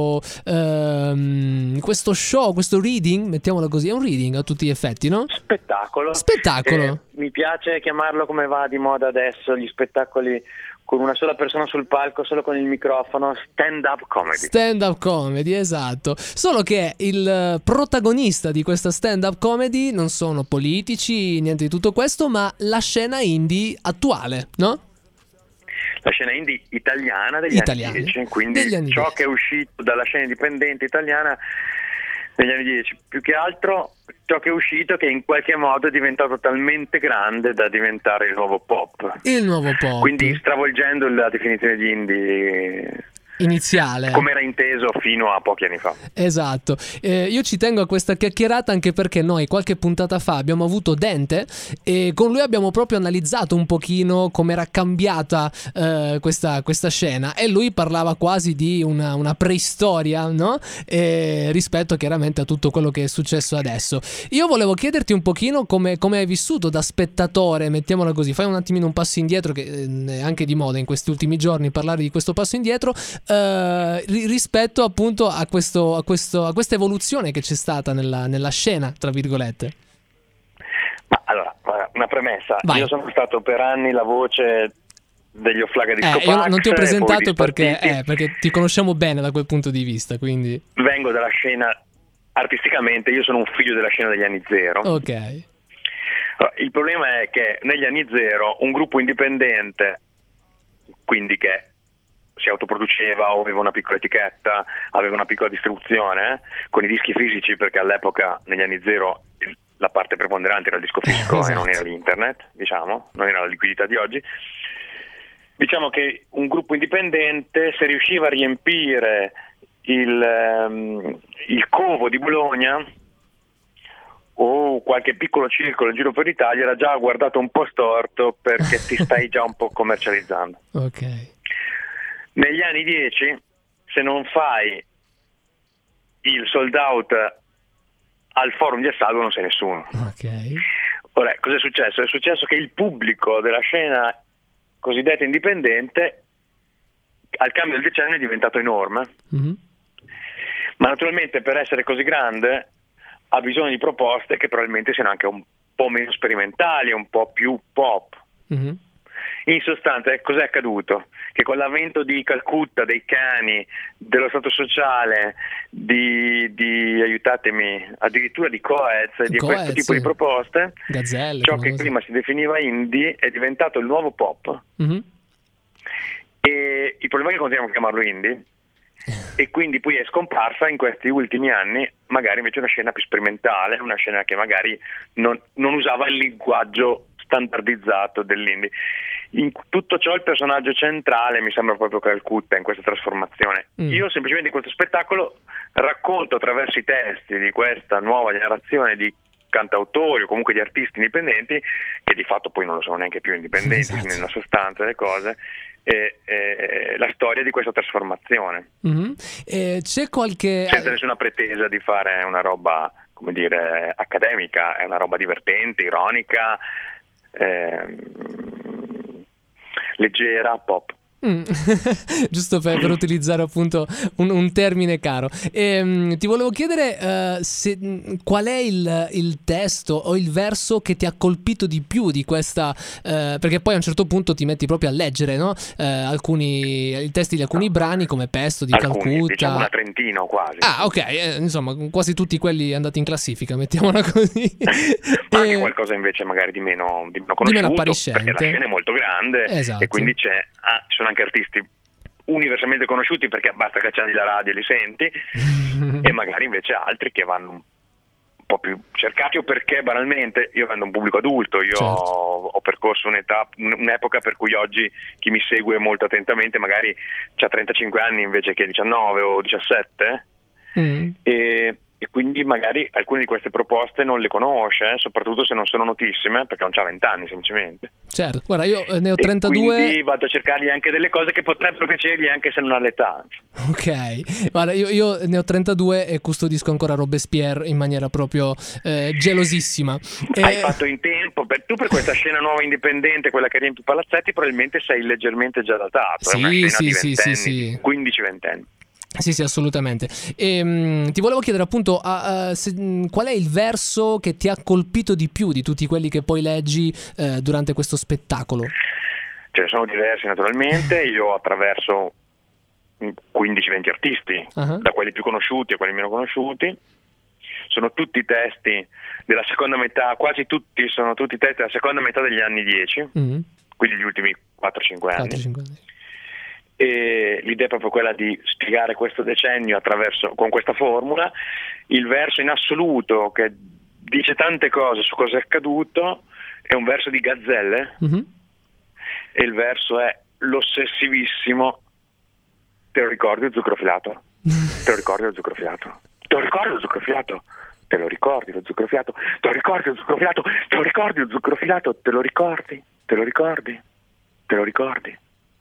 show, questo reading, mettiamolo così, è un reading a tutti gli effetti, no? Spettacolo. Mi piace chiamarlo come va di moda adesso, gli spettacoli con una sola persona sul palco, solo con il microfono, stand-up comedy. Stand-up comedy, esatto. Solo che il protagonista di questa stand-up comedy non sono politici, niente di tutto questo, ma la scena indie attuale, no? La scena indie italiana degli anni 10, quindi ciò che è uscito dalla scena indipendente italiana negli anni 10, più che altro ciò che è uscito, che in qualche modo è diventato talmente grande da diventare il nuovo pop. Il nuovo pop. Quindi stravolgendo la definizione di indie iniziale, come era inteso fino a pochi anni fa. Esatto. Io ci tengo a questa chiacchierata anche perché noi qualche puntata fa abbiamo avuto Dente e con lui abbiamo proprio analizzato un pochino come era cambiata questa scena, e lui parlava quasi di una preistoria, no? Rispetto chiaramente a tutto quello che è successo adesso. Io volevo chiederti un pochino come hai vissuto da spettatore, mettiamola così, fai un attimino un passo indietro, che è anche di moda in questi ultimi giorni parlare di questo passo indietro. rispetto appunto a questa evoluzione che c'è stata nella scena, tra virgolette. Ma allora, una premessa. Vai. Io sono stato per anni la voce degli Oflaga Disco Pax. Io non ti ho e poi presentato dispartiti. perché ti conosciamo bene da quel punto di vista, quindi... Vengo dalla scena, artisticamente io sono un figlio della scena degli anni zero. Ok. Il problema è che negli anni zero un gruppo indipendente, quindi che si autoproduceva o aveva una piccola etichetta, aveva una piccola distribuzione, con i dischi fisici, perché all'epoca negli anni zero la parte preponderante era il disco fisico Esatto. e non era l'internet, diciamo, non era la liquidità di oggi. Diciamo che un gruppo indipendente, se riusciva a riempire il covo di Bologna o qualche piccolo circolo in giro per l'Italia, era già guardato un po' storto, perché ti stai già un po' commercializzando. Ok. Negli anni 10, se non fai il sold out al forum di Assalgo, non sei nessuno. Ok. Ora, cosa è successo? È successo che il pubblico della scena cosiddetta indipendente al cambio del decennio è diventato enorme, ma naturalmente per essere così grande ha bisogno di proposte che probabilmente siano anche un po' meno sperimentali, un po' più pop. In sostanza, cos'è accaduto? Che con l'avvento di Calcutta, dei Cani, dello Stato Sociale, di aiutatemi, addirittura di Coez, di questo tipo di proposte, Gazzelle, ciò che prima si definiva indie è diventato il nuovo pop. E il problema è che continuiamo a chiamarlo indie, e quindi poi è scomparsa in questi ultimi anni magari invece una scena più sperimentale, una scena che magari non usava il linguaggio standardizzato dell'indie. In tutto ciò il personaggio centrale mi sembra proprio Calcutta in questa trasformazione. Io semplicemente in questo spettacolo racconto attraverso i testi di questa nuova generazione di cantautori o comunque di artisti indipendenti, che di fatto poi non lo sono neanche più indipendenti, nella sostanza delle cose, la storia di questa trasformazione. C'è qualche... Senza nessuna pretesa di fare una roba, come dire, accademica, è una roba divertente, ironica, leggera, pop. Giusto per utilizzare appunto un termine caro. Ti volevo chiedere qual è il testo o il verso che ti ha colpito di più di questa, perché poi a un certo punto ti metti proprio a leggere, no? I testi di alcuni brani come Pesto di Calcutta, diciamo una trentina o quasi. Ok, insomma quasi tutti quelli andati in classifica, mettiamola così. Ma anche qualcosa invece magari di meno conosciuto, di meno appariscente, perché la scena è molto grande. Esatto. E quindi ci sono anche artisti universalmente conosciuti perché basta che accendi la radio e li senti, e magari invece altri che vanno un po' più cercati, o perché banalmente io avendo un pubblico adulto, io ho percorso un'epoca per cui oggi chi mi segue molto attentamente magari ha 35 anni invece che 19 o 17, e quindi magari alcune di queste proposte non le conosce, soprattutto se non sono notissime, perché non c'ha 20 anni semplicemente. Certo, guarda, io ne ho 32. Quindi vado a cercargli anche delle cose che potrebbero piacergli anche se non ha l'età. Ok, guarda, io ne ho 32 e custodisco ancora Robespierre in maniera proprio gelosissima. Hai fatto in tempo, tu per questa scena nuova indipendente, quella che riempie i palazzetti, probabilmente sei leggermente già datato. È una scena di ventenni, 15-20 anni. Sì, assolutamente. Ti volevo chiedere appunto qual è il verso che ti ha colpito di più di tutti quelli che poi leggi durante questo spettacolo? Ce ne sono diversi naturalmente, io attraverso 15-20 artisti, da quelli più conosciuti a quelli meno conosciuti. Sono tutti testi della seconda metà, quasi tutti sono tutti testi della seconda metà degli anni 10, quindi gli ultimi 4-5 anni. E l'idea è proprio quella di spiegare questo decennio con questa formula. Il verso in assoluto che dice tante cose su cosa è accaduto è un verso di Gazzelle, e il verso è l'ossessivissimo te lo ricordi lo zucchero filato? Te lo ricordi lo zucchero filato? Te lo ricordi lo zucchero filato? Te lo ricordi lo zucchero filato? Te lo ricordi lo zucchero filato? Te lo ricordi lo zucchero filato? Te lo ricordi? Te lo ricordi? Te lo ricordi?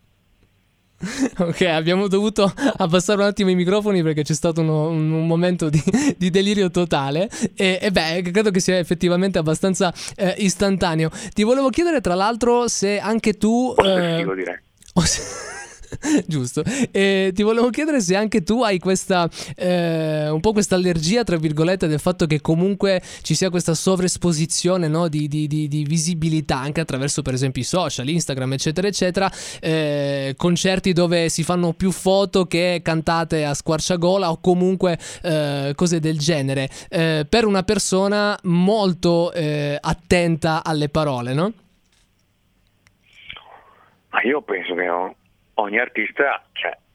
Ok, abbiamo dovuto abbassare un attimo i microfoni perché c'è stato un momento di delirio totale e credo che sia effettivamente abbastanza istantaneo. Ti volevo chiedere tra l'altro se anche tu ossessivo direi. Giusto. Ti volevo chiedere se anche tu hai questa un po' questa allergia, tra virgolette, del fatto che comunque ci sia questa sovraesposizione, no, di visibilità anche attraverso per esempio i social, Instagram eccetera eccetera, concerti dove si fanno più foto che cantate a squarciagola o comunque cose del genere, per una persona molto attenta alle parole, no? Ma io penso che ogni artista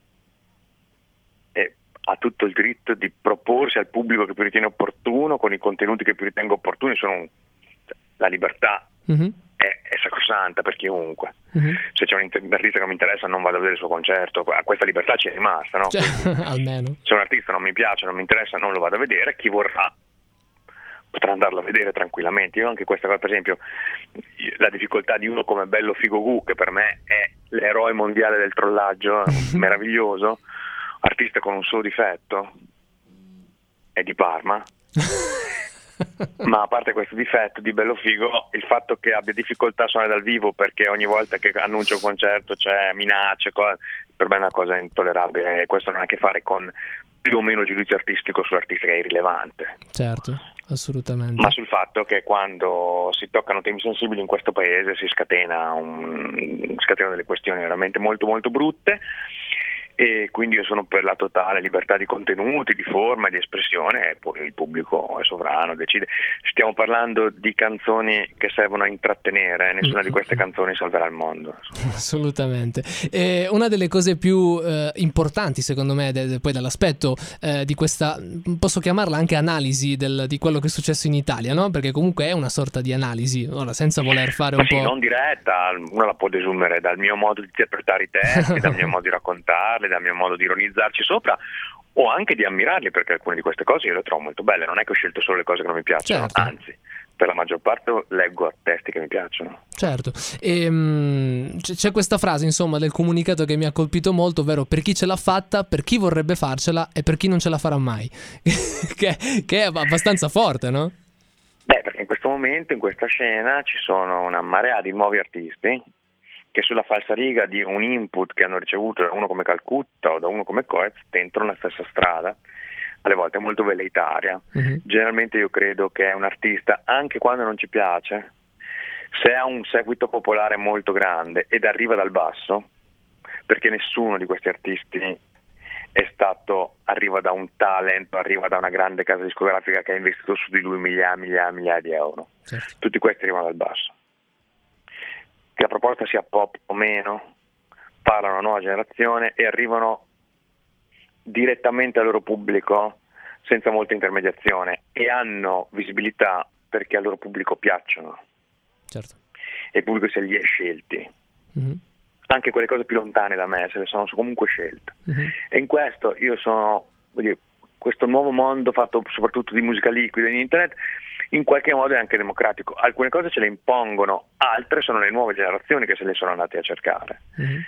ha tutto il diritto di proporsi al pubblico che più ritiene opportuno, con i contenuti che più ritengo opportuni. La libertà è sacrosanta per chiunque. Se c'è un artista che mi interessa non vado a vedere il suo concerto, questa libertà ci è rimasta, no? Almeno. Se un artista non mi piace, non mi interessa, non lo vado a vedere. Chi vorrà potrà andarlo a vedere tranquillamente. Io anche questa cosa, per esempio, la difficoltà di uno come Bello Figo Gu, che per me è l'eroe mondiale del trollaggio, meraviglioso, artista con un solo difetto, è di Parma. Ma a parte questo difetto di Bello Figo, il fatto che abbia difficoltà a suonare dal vivo perché ogni volta che annuncia un concerto c'è minacce, per me è una cosa intollerabile, e questo non ha a che fare con più o meno giudizio artistico sull'artista, che è irrilevante. Certo, assolutamente. Ma sul fatto che quando si toccano temi sensibili in questo paese si scatenano delle questioni veramente molto molto brutte, e quindi io sono per la totale libertà di contenuti, di forma, di espressione, e poi il pubblico è sovrano, decide. Stiamo parlando di canzoni che servono a intrattenere, nessuna di queste canzoni salverà il mondo. Assolutamente. Una delle cose più importanti secondo me poi dall'aspetto di questa, posso chiamarla anche analisi di quello che è successo in Italia, no? Perché comunque è una sorta di analisi, ora senza voler fare un po'... non diretta, uno la può desumere dal mio modo di interpretare i testi, dal mio modo di raccontarli, dal mio modo di ironizzarci sopra, o anche di ammirarli, perché alcune di queste cose io le trovo molto belle. Non è che ho scelto solo le cose che non mi piacciono, anzi, per la maggior parte leggo testi che mi piacciono. Certo. C'è questa frase, insomma, del comunicato che mi ha colpito molto, ovvero: per chi ce l'ha fatta, per chi vorrebbe farcela e per chi non ce la farà mai. che è abbastanza forte, no? Beh, perché in questo momento, in questa scena, ci sono una marea di nuovi artisti che sulla falsariga di un input che hanno ricevuto da uno come Calcutta o da uno come Coez tentano la stessa strada, alle volte molto velleitaria. Generalmente io credo che un artista, anche quando non ci piace, se ha un seguito popolare molto grande ed arriva dal basso, perché nessuno di questi artisti arriva da un talent, arriva da una grande casa discografica che ha investito su di lui migliaia di euro. Certo. Tutti questi arrivano dal basso. Che la proposta sia pop o meno, parlano a una nuova generazione e arrivano direttamente al loro pubblico senza molta intermediazione, e hanno visibilità perché al loro pubblico piacciono. Certo. E il pubblico se li è scelti. Anche quelle cose più lontane da me se le sono comunque scelte. E in questo io sono, questo nuovo mondo fatto soprattutto di musica liquida in internet, in qualche modo è anche democratico. Alcune cose ce le impongono, altre sono le nuove generazioni che se le sono andate a cercare.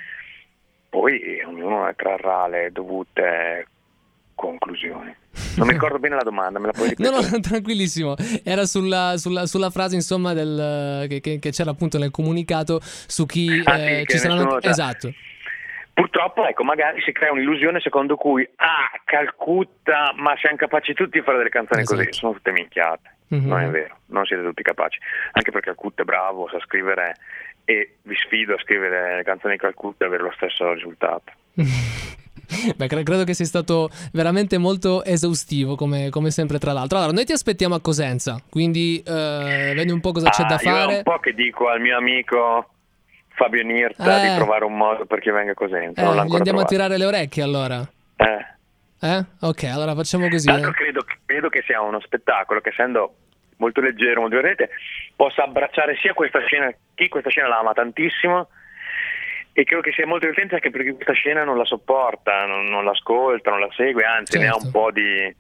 Poi ognuno trarrà le dovute conclusioni. Non mi ricordo bene la domanda, me la puoi ripetere? No, tranquillissimo. Era sulla frase, insomma, che c'era appunto nel comunicato su chi ci saranno. Esatto. Purtroppo, ecco, magari si crea un'illusione secondo cui Calcutta, ma siamo capaci tutti di fare delle canzoni così. Sono tutte minchiate. Non è vero, non siete tutti capaci, anche perché Calcutta è bravo, sa scrivere, e vi sfido a scrivere le canzoni di Calcutta e avere lo stesso risultato. Beh, credo che sia stato veramente molto esaustivo, come sempre, tra l'altro. Allora, noi ti aspettiamo a Cosenza, quindi vedi un po' cosa c'è da fare. Io un po' che dico al mio amico Fabio Nirta di trovare un modo perché venga a Cosenza. Non l'ha ancora andiamo trovato. a tirare le orecchie allora. Ok, allora facciamo così. Tanto credo che sia uno spettacolo che, essendo molto leggero, molto divertente, possa abbracciare sia questa scena, chi questa scena la ama tantissimo, e credo che sia molto divertente anche perché questa scena non la sopporta, non l'ascolta, non la segue, anzi ne ha un po' tiene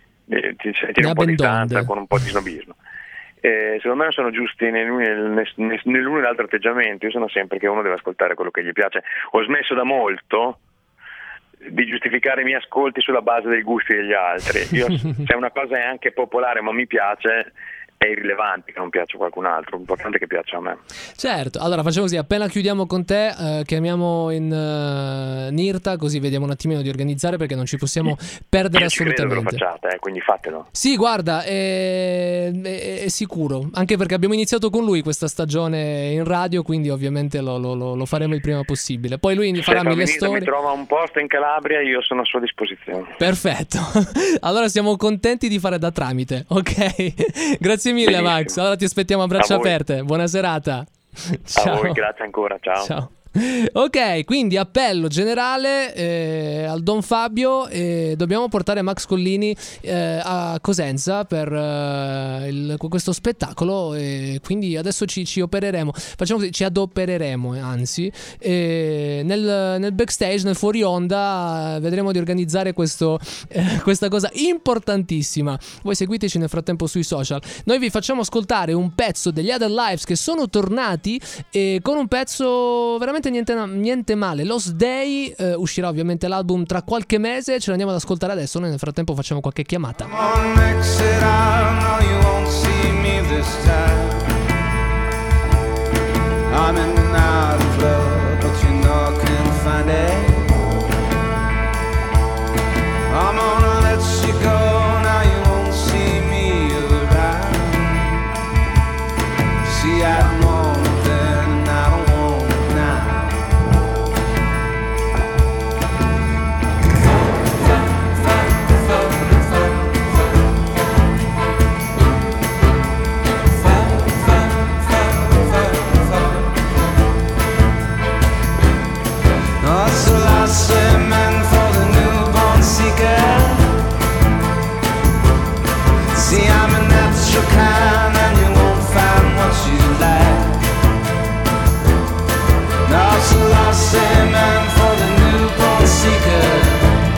un po' di distanza, con un po' di snobismo. Secondo me sono giusti nell'uno e l'altro atteggiamento. Io sono sempre che uno deve ascoltare quello che gli piace. Ho smesso da molto di giustificare i miei ascolti sulla base dei gusti degli altri. Se una cosa è anche popolare ma mi piace, è irrilevante che non piaccia a qualcun altro, l'importante è che piaccia a me. Certo, allora facciamo così, appena chiudiamo con te chiamiamo in Nirta, così vediamo un attimino di organizzare, perché non ci possiamo perdere assolutamente. Credo che lo facciate, quindi fatelo. Sì, guarda, è sicuro, anche perché abbiamo iniziato con lui questa stagione in radio, quindi ovviamente lo faremo il prima possibile. Poi lui farà mille storie. Mi trova un posto in Calabria, io sono a sua disposizione. Perfetto. Allora siamo contenti di fare da tramite, ok? Grazie mille. Benissimo. Max, allora ti aspettiamo a braccia aperte. Buona serata. Ciao. A voi, grazie ancora, ciao. Ok, quindi appello generale al Don Fabio, dobbiamo portare Max Collini a Cosenza per questo spettacolo, quindi adesso ci opereremo, facciamo così, ci adopereremo anzi, nel backstage, nel fuori onda vedremo di organizzare questa cosa importantissima. Voi seguiteci nel frattempo sui social. Noi vi facciamo ascoltare un pezzo degli Other Lives che sono tornati con un pezzo veramente niente male. Lost Day, uscirà ovviamente l'album tra qualche mese, ce l'andiamo ad ascoltare adesso. Noi nel frattempo facciamo qualche chiamata. See, I'm a natural kind and you won't find what you like. Now it's a lost man for the newborn seeker.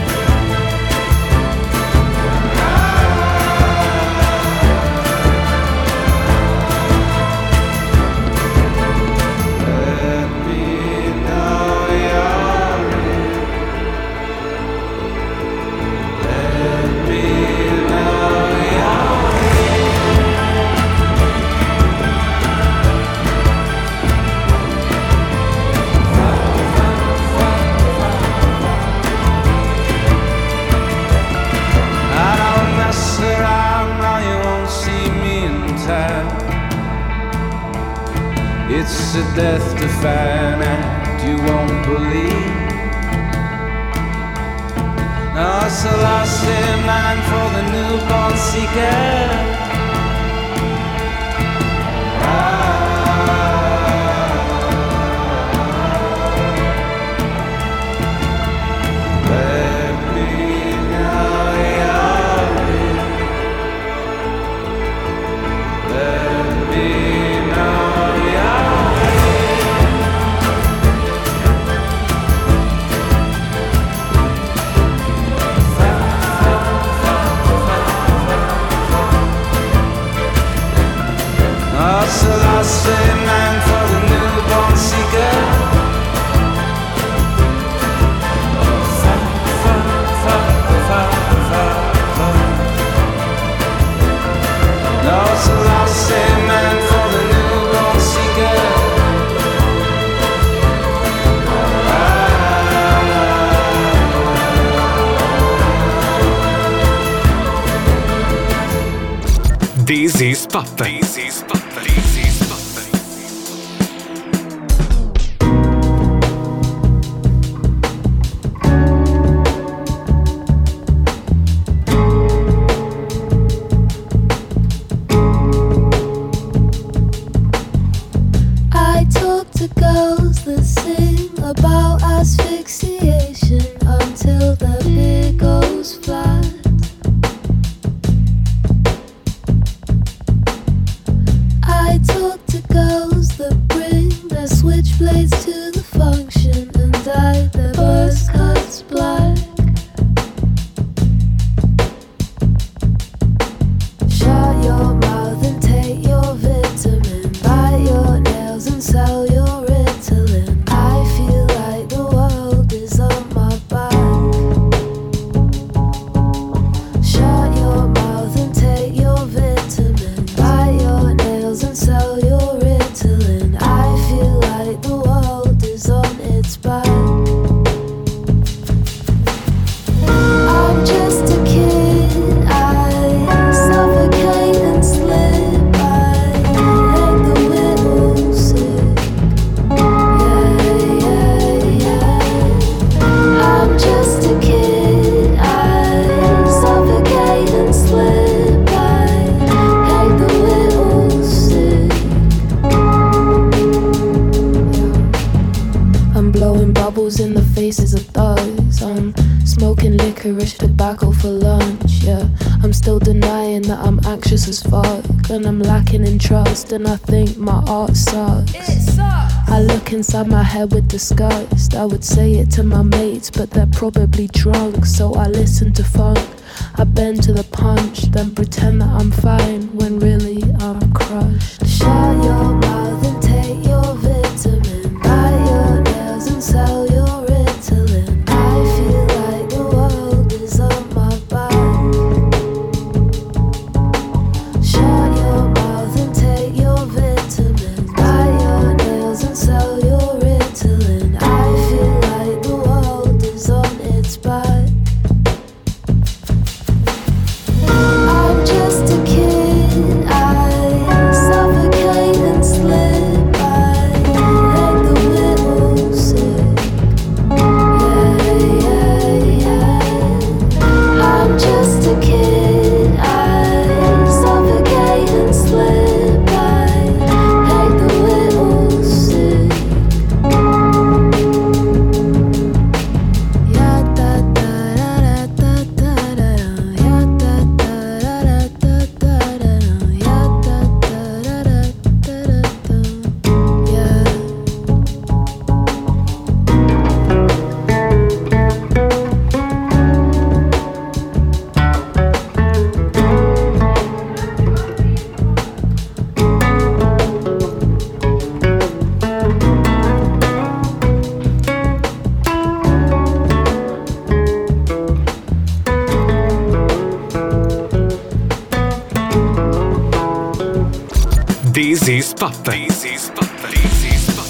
It's a death-defying act you won't believe. No, it's a lost man for the newborn seeker. So I say, man, for the newborn seeker. No, so I say, man, for the newborn seeker. This is Papa. This is Papa. I told I'm anxious as fuck, and I'm lacking in trust, and I think my art sucks. I look inside my head with disgust. I would say it to my mates, but they're probably drunk, so I listen to funk. I bend to the punch, then pretend that I'm fine when really I'm crushed. Shut your mouth and take your vitamin. Bite your nails and sell your Ritalin. I feel like the world is on my back. Shut your mouth and take your vitamin. Bite your nails and sell your Ritalin. I feel like the world is on its back. I'm just a kid, I suffocate and slip. I let the widow sick. Yeah, yeah, yeah. I'm just a kid, I suffocate and slip. I let the widow sick. Yeah, da da da da da da da. Yeah, da da da da da da da. Yeah, da da da da da da. Yeah. This is Pop. This is Pop. This is Pop.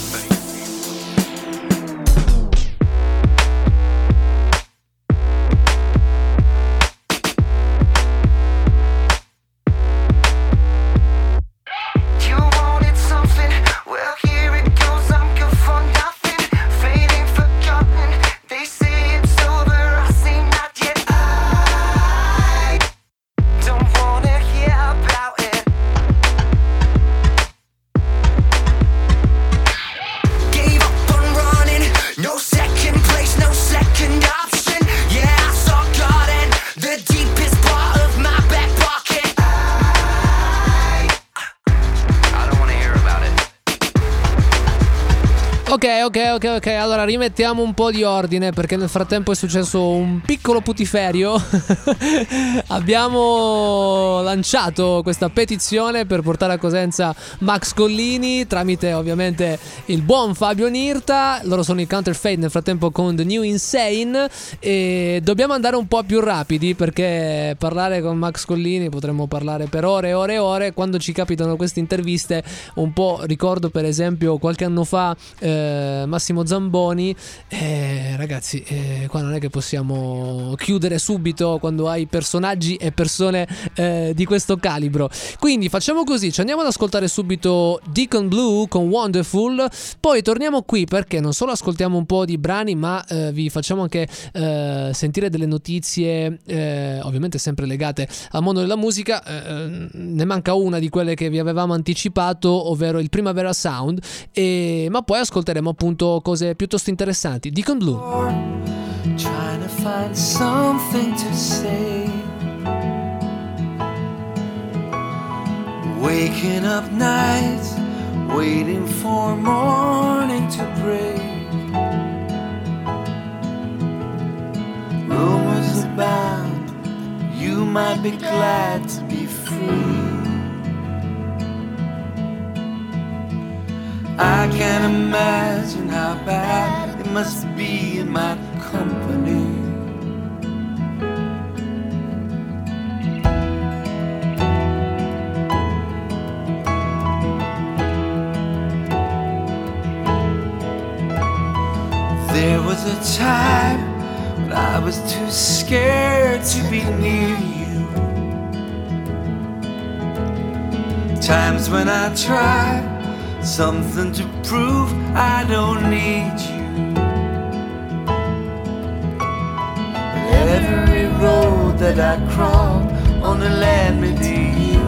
You wanted something, well here it goes. I'm good for nothing, fading, forgotten. They say it's over, I say not yet. I don't wanna hear about it. Gave up on running, no second place, no second option. Yeah, I saw God in the deepest part of my back pocket. I don't wanna hear about it. Ok, allora rimettiamo un po' di ordine perché nel frattempo è successo un piccolo putiferio. Abbiamo lanciato questa petizione per portare a Cosenza Max Collini tramite ovviamente il buon Fabio Nirta. Loro sono i Counterfeit nel frattempo con The New Insane e dobbiamo andare un po' più rapidi perché parlare con Max Collini potremmo parlare per ore e ore e ore. Quando ci capitano queste interviste un po' ricordo per esempio qualche anno fa Massimo Zamboni, ragazzi, qua non è che possiamo chiudere subito quando hai personaggi e persone di questo calibro. Quindi facciamo così, ci andiamo ad ascoltare subito Deacon Blue con Wonderful, poi torniamo qui perché non solo ascoltiamo un po' di brani ma vi facciamo anche sentire delle notizie ovviamente sempre legate al mondo della musica. Ne manca una di quelle che vi avevamo anticipato, ovvero il Primavera Sound, ma poi ascolteremo appunto cose piuttosto interessanti. Deacon Blue. Trying to find something to say. Waking up nights, waiting for morning to break. Rumors abound, you might be glad to be free. I can't imagine how bad it must be in my company. There was a time when I was too scared to be near you. Times when I tried something to prove I don't need you. But every road that I crawl only led me to you.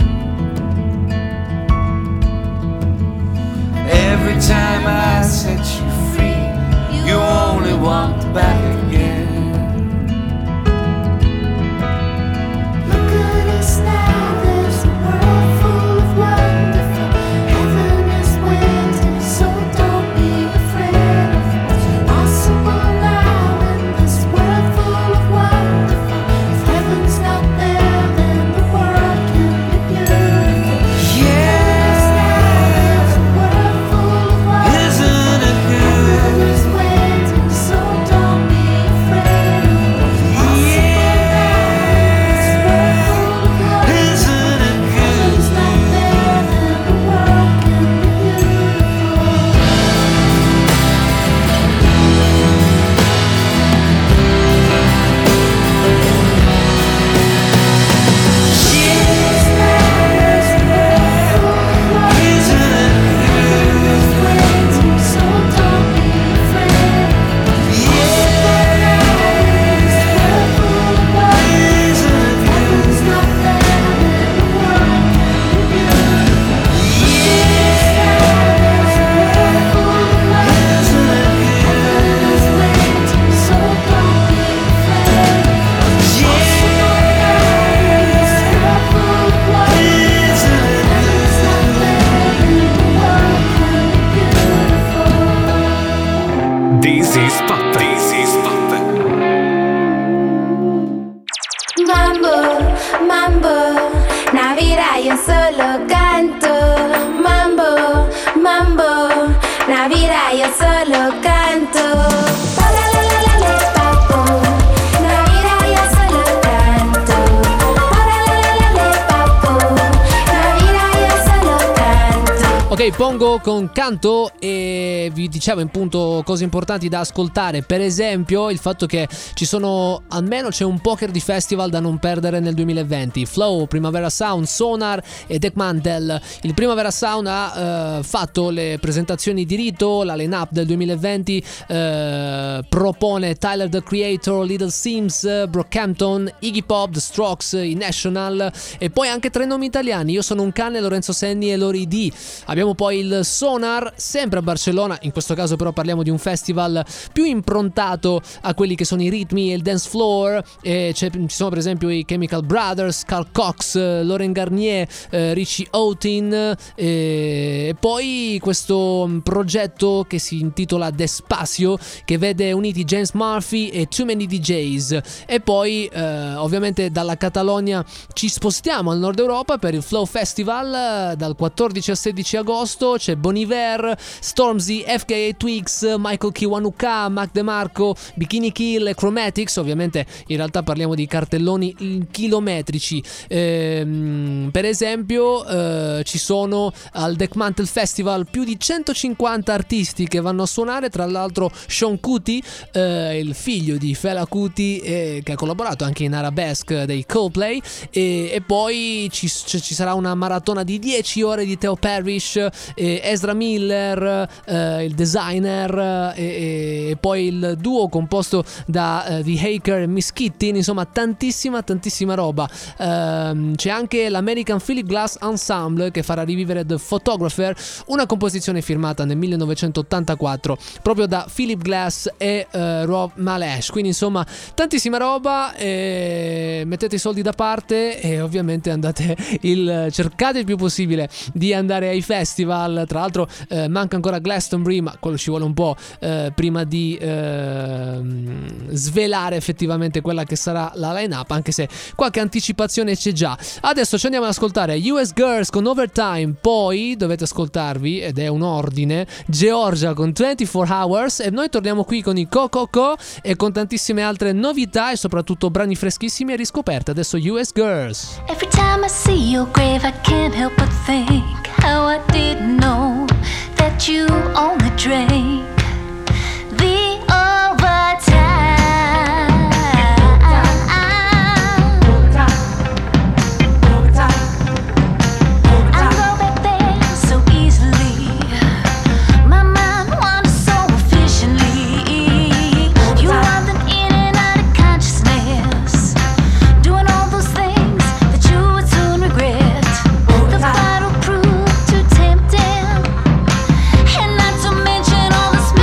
Every time I set you free, you only walked back again. Look at us now. solo canto. Mambo, mambo, Navidad yo solo canto. Ok, pongo con Canto e vi dicevo in punto cose importanti da ascoltare. Per esempio il fatto che almeno c'è un poker di festival da non perdere nel 2020. Flow, Primavera Sound, Sonar e Deck Mantel. Il Primavera Sound ha fatto le presentazioni di rito. La line-up del 2020 propone Tyler the Creator, Little Sims, Brockhampton, Iggy Pop, The Strokes, i National e poi anche 3 nomi italiani. Io sono un cane, Lorenzo Senni e Lori D. Abbiamo poi il Sonar, sempre a Barcellona, in questo caso però parliamo di un festival più improntato a quelli che sono i ritmi e il dance floor. Ci sono per esempio i Chemical Brothers, Carl Cox, Laurent Garnier, Richie Houghton e poi questo progetto che si intitola Despacio, che vede uniti James Murphy e Too Many DJs. E poi ovviamente dalla Catalogna ci spostiamo al nord Europa per il Flow Festival dal 14 al 16 agosto. C'è Bon Iver, Stormzy, FKA Twigs, Michael Kiwanuka, Mac DeMarco, Bikini Kill e Chromatics. Ovviamente in realtà parliamo di cartelloni chilometrici. Per esempio ci sono al Deck Mantel Festival più di 150 artisti che vanno a suonare, tra l'altro Sean Kuti, il figlio di Fela Kuti, che ha collaborato anche in Arabesque dei Coldplay, e poi ci sarà una maratona di 10 ore di Theo Parrish, Ezra Miller, il designer, e poi il duo composto da The Haker e Miss Kittin. Insomma tantissima roba. C'è anche l'American Philip Glass Ensemble che farà rivivere The Photographer, una composizione firmata nel 1984 proprio da Philip Glass e Rob Malesh. Quindi insomma tantissima roba. Mettete i soldi da parte e ovviamente cercate il più possibile di andare ai festival. Tra l'altro manca ancora Glastonbury, ma quello ci vuole un po' prima di svelare effettivamente quella che sarà la line-up, anche se qualche anticipazione c'è già. Adesso ci andiamo ad ascoltare US Girls con Overtime, poi dovete ascoltarvi, ed è un ordine, Georgia con 24 Hours, e noi torniamo qui con i Coco e con tantissime altre novità e soprattutto brani freschissimi e riscoperte. Adesso US Girls. Every time I see your grave I can't help but think how I didn't know that you only drank the overtime. I go back there so easily. My mind wanders so efficiently. You are the in and out of consciousness, doing all those things that you would soon regret. The bottle proved too tempting, and not to mention all the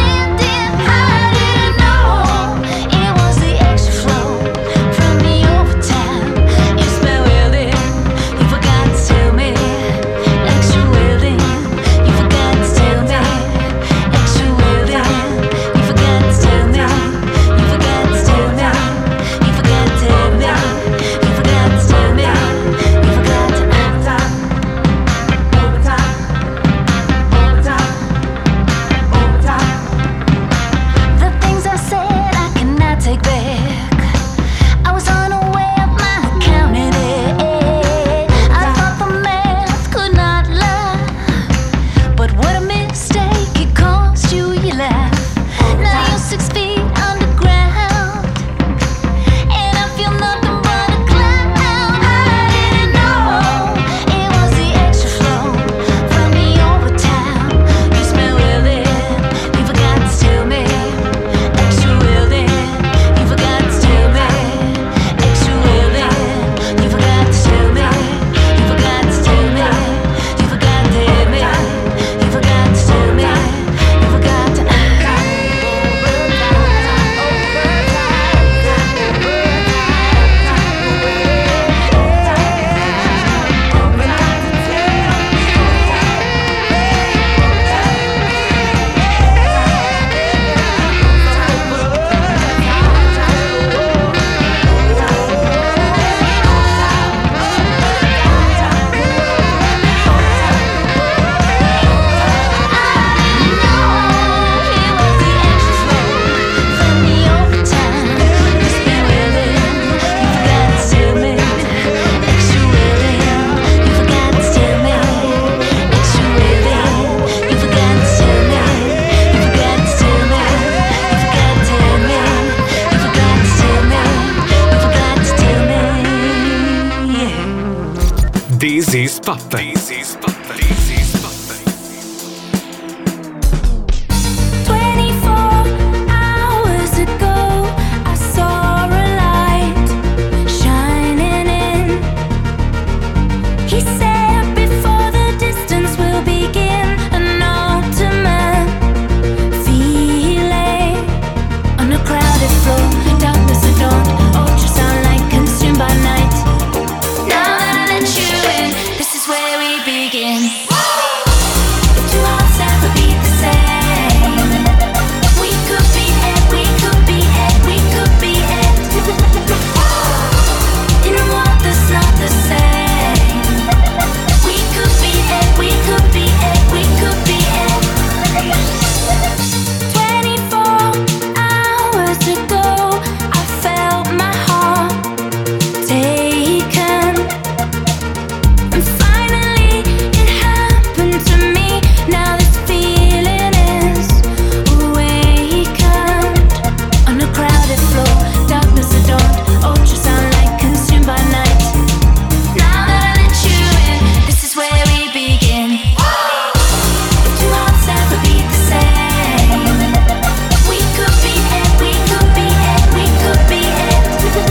This is Pop. This is Pop. This is Pop. 24 hours ago, I saw a light shining in. He said, before the distance will begin, an ultimate feeling on a crowded floor, darkness adorned, ultrasound light consumed by night. Now that I let you in, this is where we begin. Two hearts never beat the same. We could be it, we could be it, we could be it. In a world that's not the same. We could be it, we could be it, we could be it. 24 hours ago, I felt my heart taken. And finally, it happened to me. Now this feeling is awakened. On a crowded floor, darkness adorned, ultrasound light consumed by night. Now that I let you in, this is where we begin. Two hearts never beat the same. We could be it, we could be it, we could be it.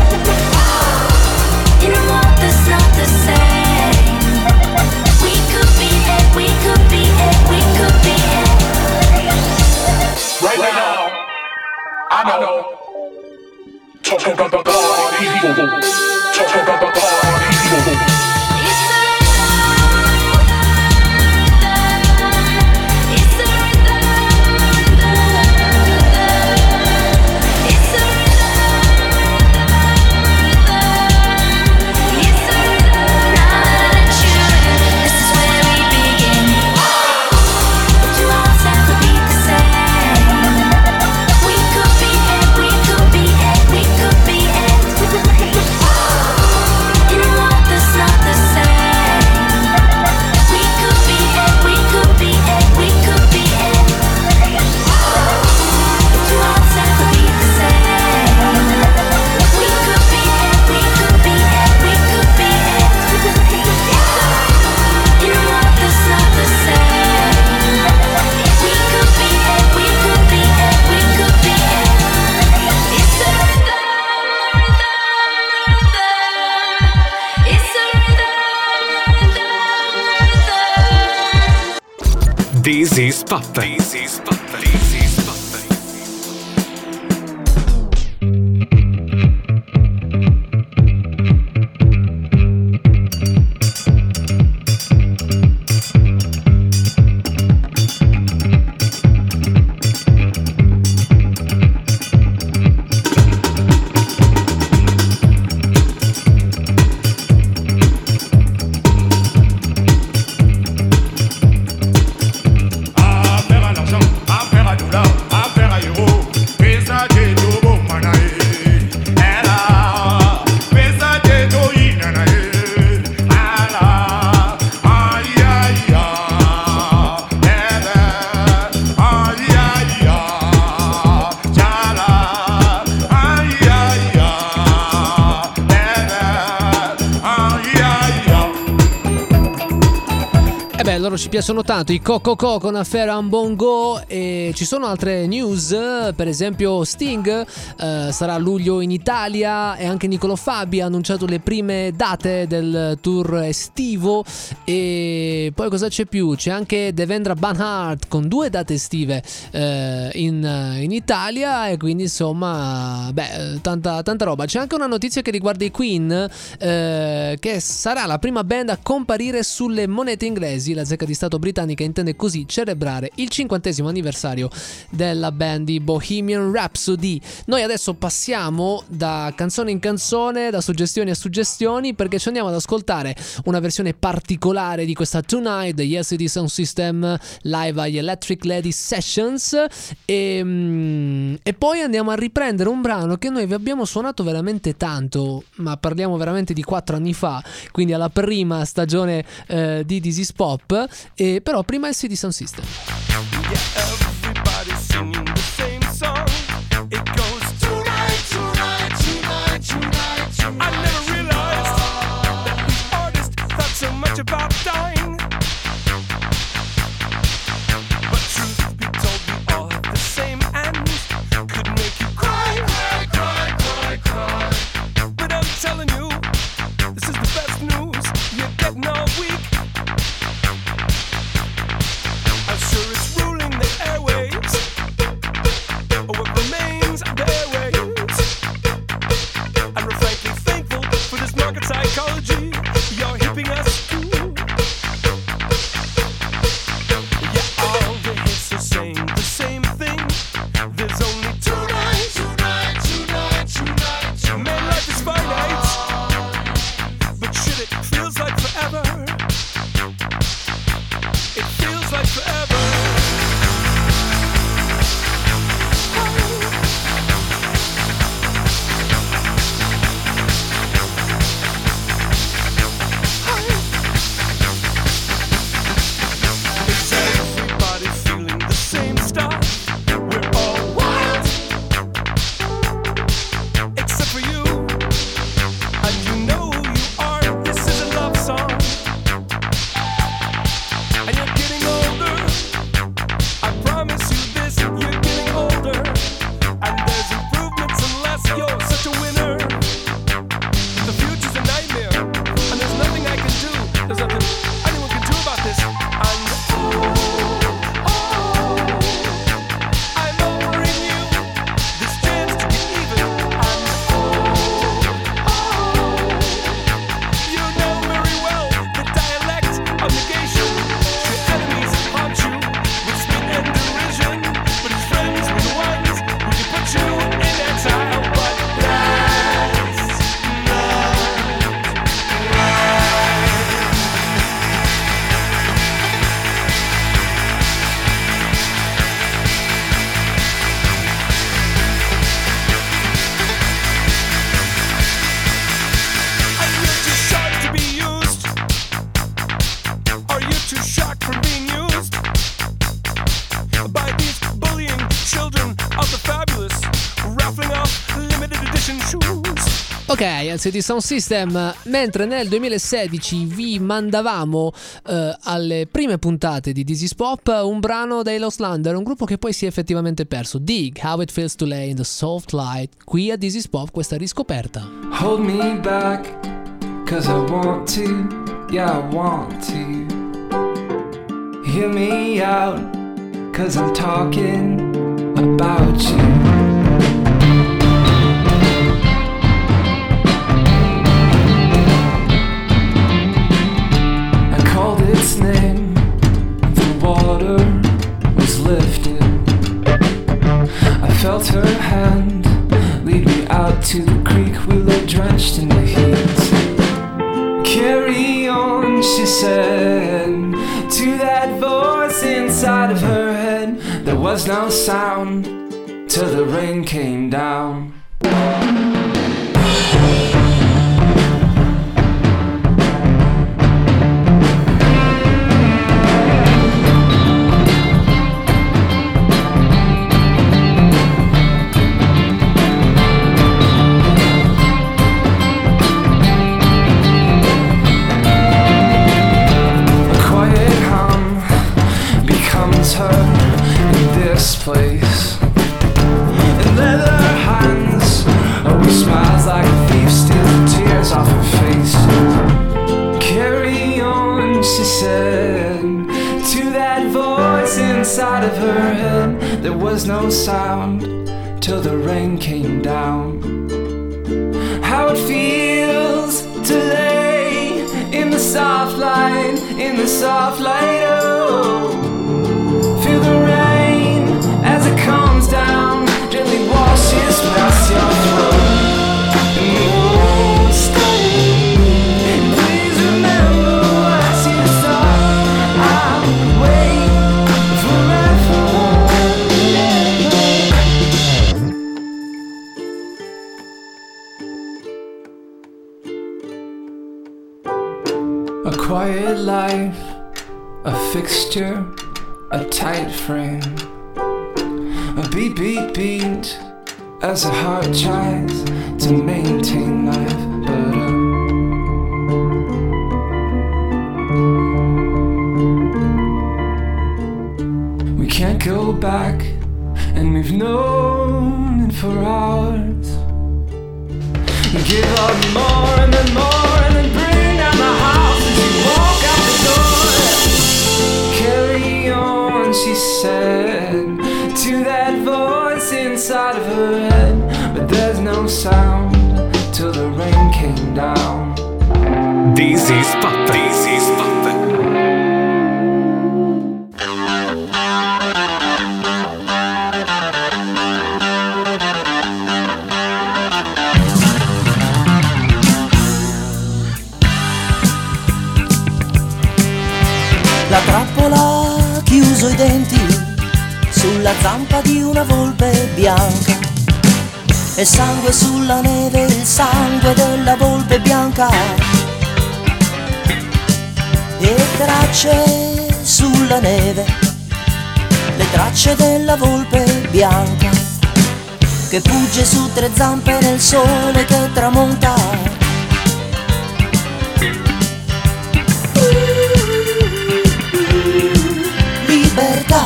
In a world that's not the same. We could be it, we could be it, we could be it. Right now, I know. Talk about the party people. Talk about the party people. This is Pop. This is Pop. This is Pop. Loro ci piacciono tanto, i Coco con Affair on Bongo. E ci sono altre news, per esempio Sting sarà a luglio in Italia, e anche Niccolò Fabi ha annunciato le prime date del tour estivo. E poi cosa c'è più? C'è anche Devendra Banhart con 2 date estive in Italia, e quindi insomma tanta roba. C'è anche una notizia che riguarda i Queen, che sarà la prima band a comparire sulle monete inglesi. La zecca di Stato britannica intende così celebrare il 50° anniversario della band di Bohemian Rhapsody. Noi adesso passiamo da canzone in canzone, da suggestioni a suggestioni, perché ci andiamo ad ascoltare una versione particolare di questa Tonight degli LCD Sound System live agli Electric Lady Sessions, e poi andiamo a riprendere un brano che noi vi abbiamo suonato veramente tanto, ma parliamo veramente di 4 anni fa, quindi alla prima stagione di This is Pop. Però prima il CD Sound System. Everybody's singing the same song. It goes tonight, tonight, tonight, tonight, tonight. I never realized that these artists thought so much. just about dying. But truth be told, we all have the same end. Could make you cry, cry, cry, cry, cry. But I'm telling you, this is the best news you're getting all week. I'm sure it's ruling the airwaves, or what remains of the airwaves. And we're frankly thankful for this market psychology you're hipping us to. Yeah, all the hits are saying the same thing. There's only tonight, tonight, tonight, tonight, tonight. Man, life is finite, but shit, it feels like forever. It feels like forever. Is everybody feeling the same stuff? We're all wild, except for you. And you know who you are. This is a love song, and you're getting older. I promise you this, you're getting older. And there's improvements unless you're such a winner. The future's a nightmare, and there's nothing I can do. There's nothing anyone can do about this. And I'm offering you this chance to get even. And you know very well the dialect of negation. Your enemies haunt you with spit and derision, but his friends were the ones who can put you in exile. But that's not right. Are you too sharp to be used? Are you too shocked from being used by these bullying children of the fabulous, raffling off limited edition shoes? Ok, LCD Sound System, mentre nel 2016 vi mandavamo alle prime puntate di This Is Pop un brano dei Lost Lander, un gruppo che poi si è effettivamente perso. Dig, How It Feels to Lay in the Soft Light. Qui a This Is Pop questa riscoperta. Hold me back, cause I want to, yeah I want to. Hear me out, cause I'm talking about you. I called its name, the water was lifted. I felt her hand lead me out to the creek. We lay drenched in the heat. Carry on, she said, to that voice inside of her head. There was no sound till the rain came down. Place. And leather hands, always smiles like a thief, steals the tears off her face. Carry on, she said, to that voice inside of her head. There was no sound till the rain came down. How it feels to lay in the soft light, in the soft light, oh. Feel the rain as it comes down, gently washes past your throat. And won't stay. Please remember what you saw. I would wait forever. A quiet life, a fixture, a tight frame, a beat, beat, beat, as a heart tries to maintain life. But back, and we've known it for hours. Give up more and then more, and then bring down the house as you walk out the door. Carry on, she said, to that voice inside of her head. But there's no sound till the rain came down. This is Pop. This is Pop. La trappola, chiuso i denti, sulla zampa di una volpe bianca. E sangue sulla neve, il sangue della volpe bianca. E tracce sulla neve, le tracce della volpe bianca, che fugge su tre zampe nel sole che tramonta. Libertà,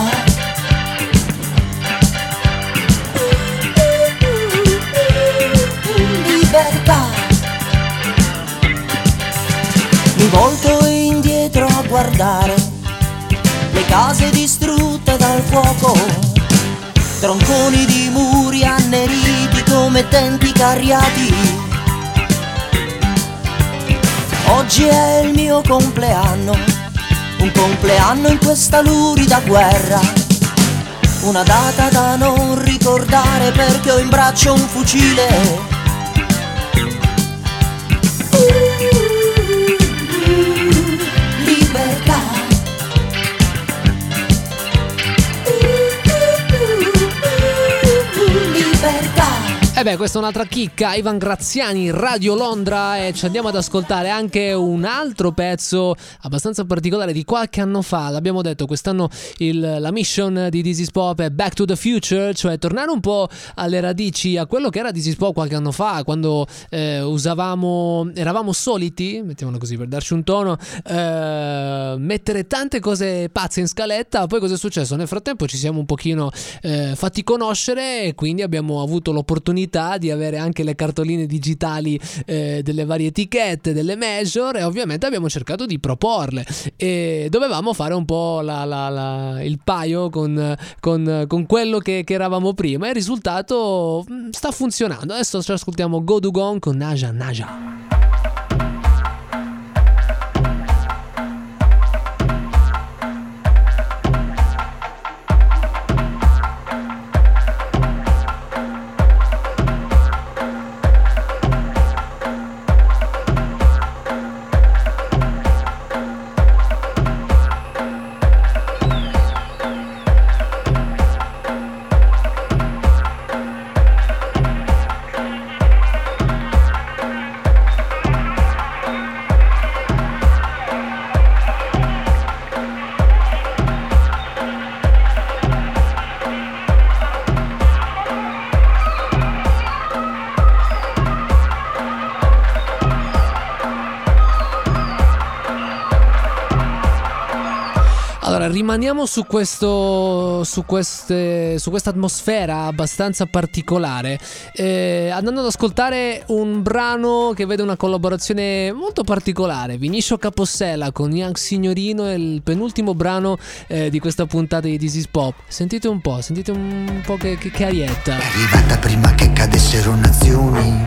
libertà. Mi volto indietro a guardare le case distrutte dal fuoco, tronconi di muri anneriti come denti carriati. Oggi è il mio compleanno, un compleanno in questa lurida guerra, una data da non ricordare perché ho in braccio un fucile. Libertà. Libertà. E beh, questa è un'altra chicca, Ivan Graziani, Radio Londra, e ci andiamo ad ascoltare anche un altro pezzo abbastanza particolare di qualche anno fa. L'abbiamo detto, quest'anno la mission di This Is Pop è Back to the Future, cioè tornare un po' alle radici, a quello che era This Is Pop qualche anno fa, quando eravamo soliti, mettiamolo così per darci un tono, mettere tante cose pazze in scaletta. Poi cosa è successo? Nel frattempo ci siamo un pochino fatti conoscere e quindi abbiamo avuto l'opportunità di avere anche le cartoline digitali delle varie etichette, delle major, e ovviamente abbiamo cercato di proporle e dovevamo fare un po' il paio con quello che eravamo prima, e il risultato sta funzionando. Adesso ci ascoltiamo Go Do Gone con Naja Naja. Allora, rimaniamo su questa atmosfera abbastanza particolare, andando ad ascoltare un brano che vede una collaborazione molto particolare. Vinicio Capossela con Young Signorino, è il penultimo brano di questa puntata di This Is Pop. Sentite un po' che arietta. È arrivata prima che cadessero nazioni,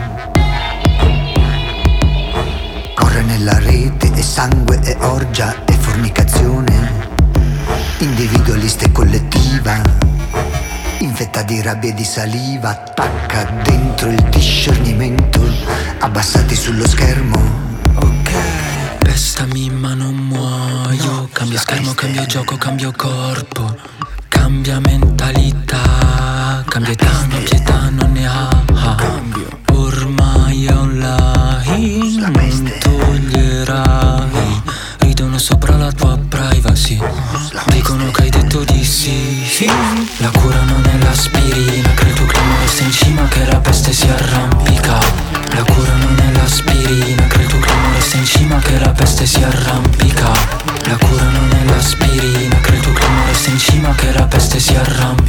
corre nella rete e sangue e orgia e fornicazione, individualista e collettiva, infetta di rabbia e di saliva, attacca dentro il discernimento, abbassati sullo schermo. Ok, pestami ma non muoio, cambio schermo, cambio gioco, cambio corpo, cambia mentalità, cambia età, no pietà non ne ha. Ormai è online, non toglierai, ridono sopra la tua privacy, dicono che hai detto di sì. La cura non è l'aspirina, che il tuo clamore sta in cima, che la peste si arrampica. La cura non è l'aspirina, che il tuo clamore sta in cima, che la peste si arrampica. La cura non è l'aspirina, che il tuo clamore sta in cima, che la peste si arrampica.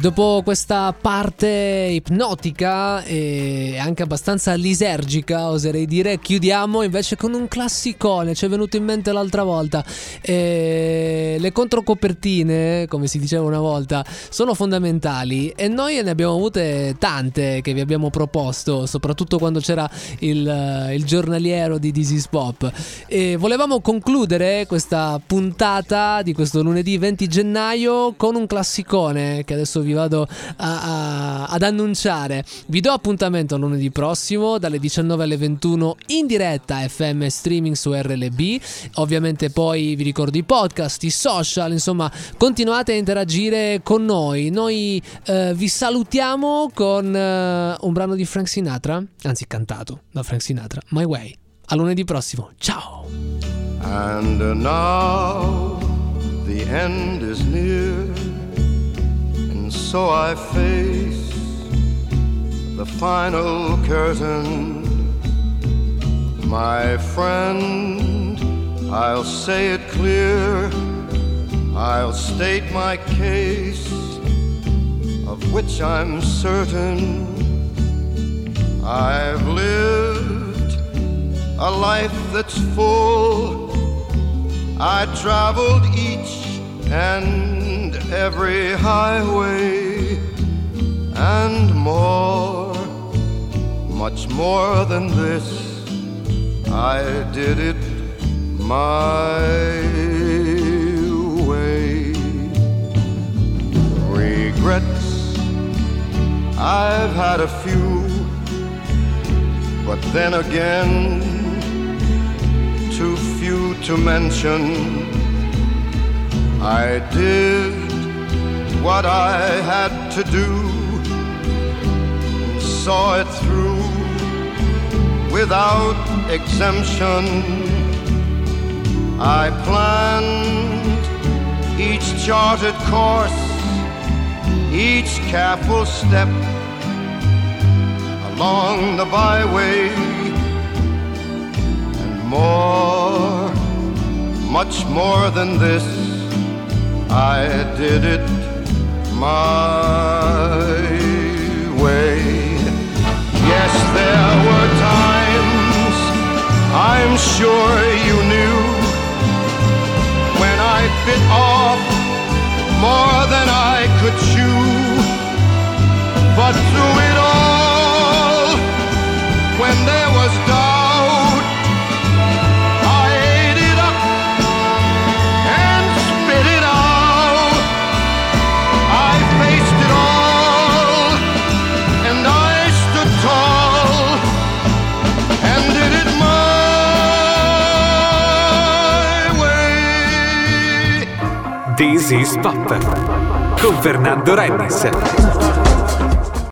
dopo questa parte ipnotica e anche abbastanza lisergica, oserei dire, chiudiamo invece con un classicone. Ci è venuto in mente l'altra volta. Le controcopertine, come si diceva una volta, sono fondamentali e noi ne abbiamo avute tante che vi abbiamo proposto, soprattutto quando c'era il giornaliero di This Is Pop. E volevamo concludere questa puntata di questo lunedì 20 gennaio con un classicone che adesso vi vado ad annunciare. Vi do appuntamento lunedì prossimo dalle 19 alle 21 in diretta FM streaming su RLB. Ovviamente poi vi ricordo i podcast, i social, insomma continuate a interagire con noi. Noi vi salutiamo con un brano di Frank Sinatra, anzi cantato da Frank Sinatra, My Way. A lunedì prossimo, ciao. And now the end is near, and so I face the final curtain. My friend, I'll say it clear, I'll state my case, of which I'm certain. I've lived a life that's full, I traveled each and every highway, and more, much more than this, I did it my way. Regrets, I've had a few, but then again, too few to mention. I did what I had to do, and saw it through without exemption. I planned each charted course, each careful step along the byway, and more, much more than this, I did it my way. Yes, there were times, I'm sure you knew, when I bit off more than I could chew. But through it all, when there was doubt, I ate it up and spit it out. I faced it all, and I stood tall, and did it my way. This is Pop con Fernando Rennes.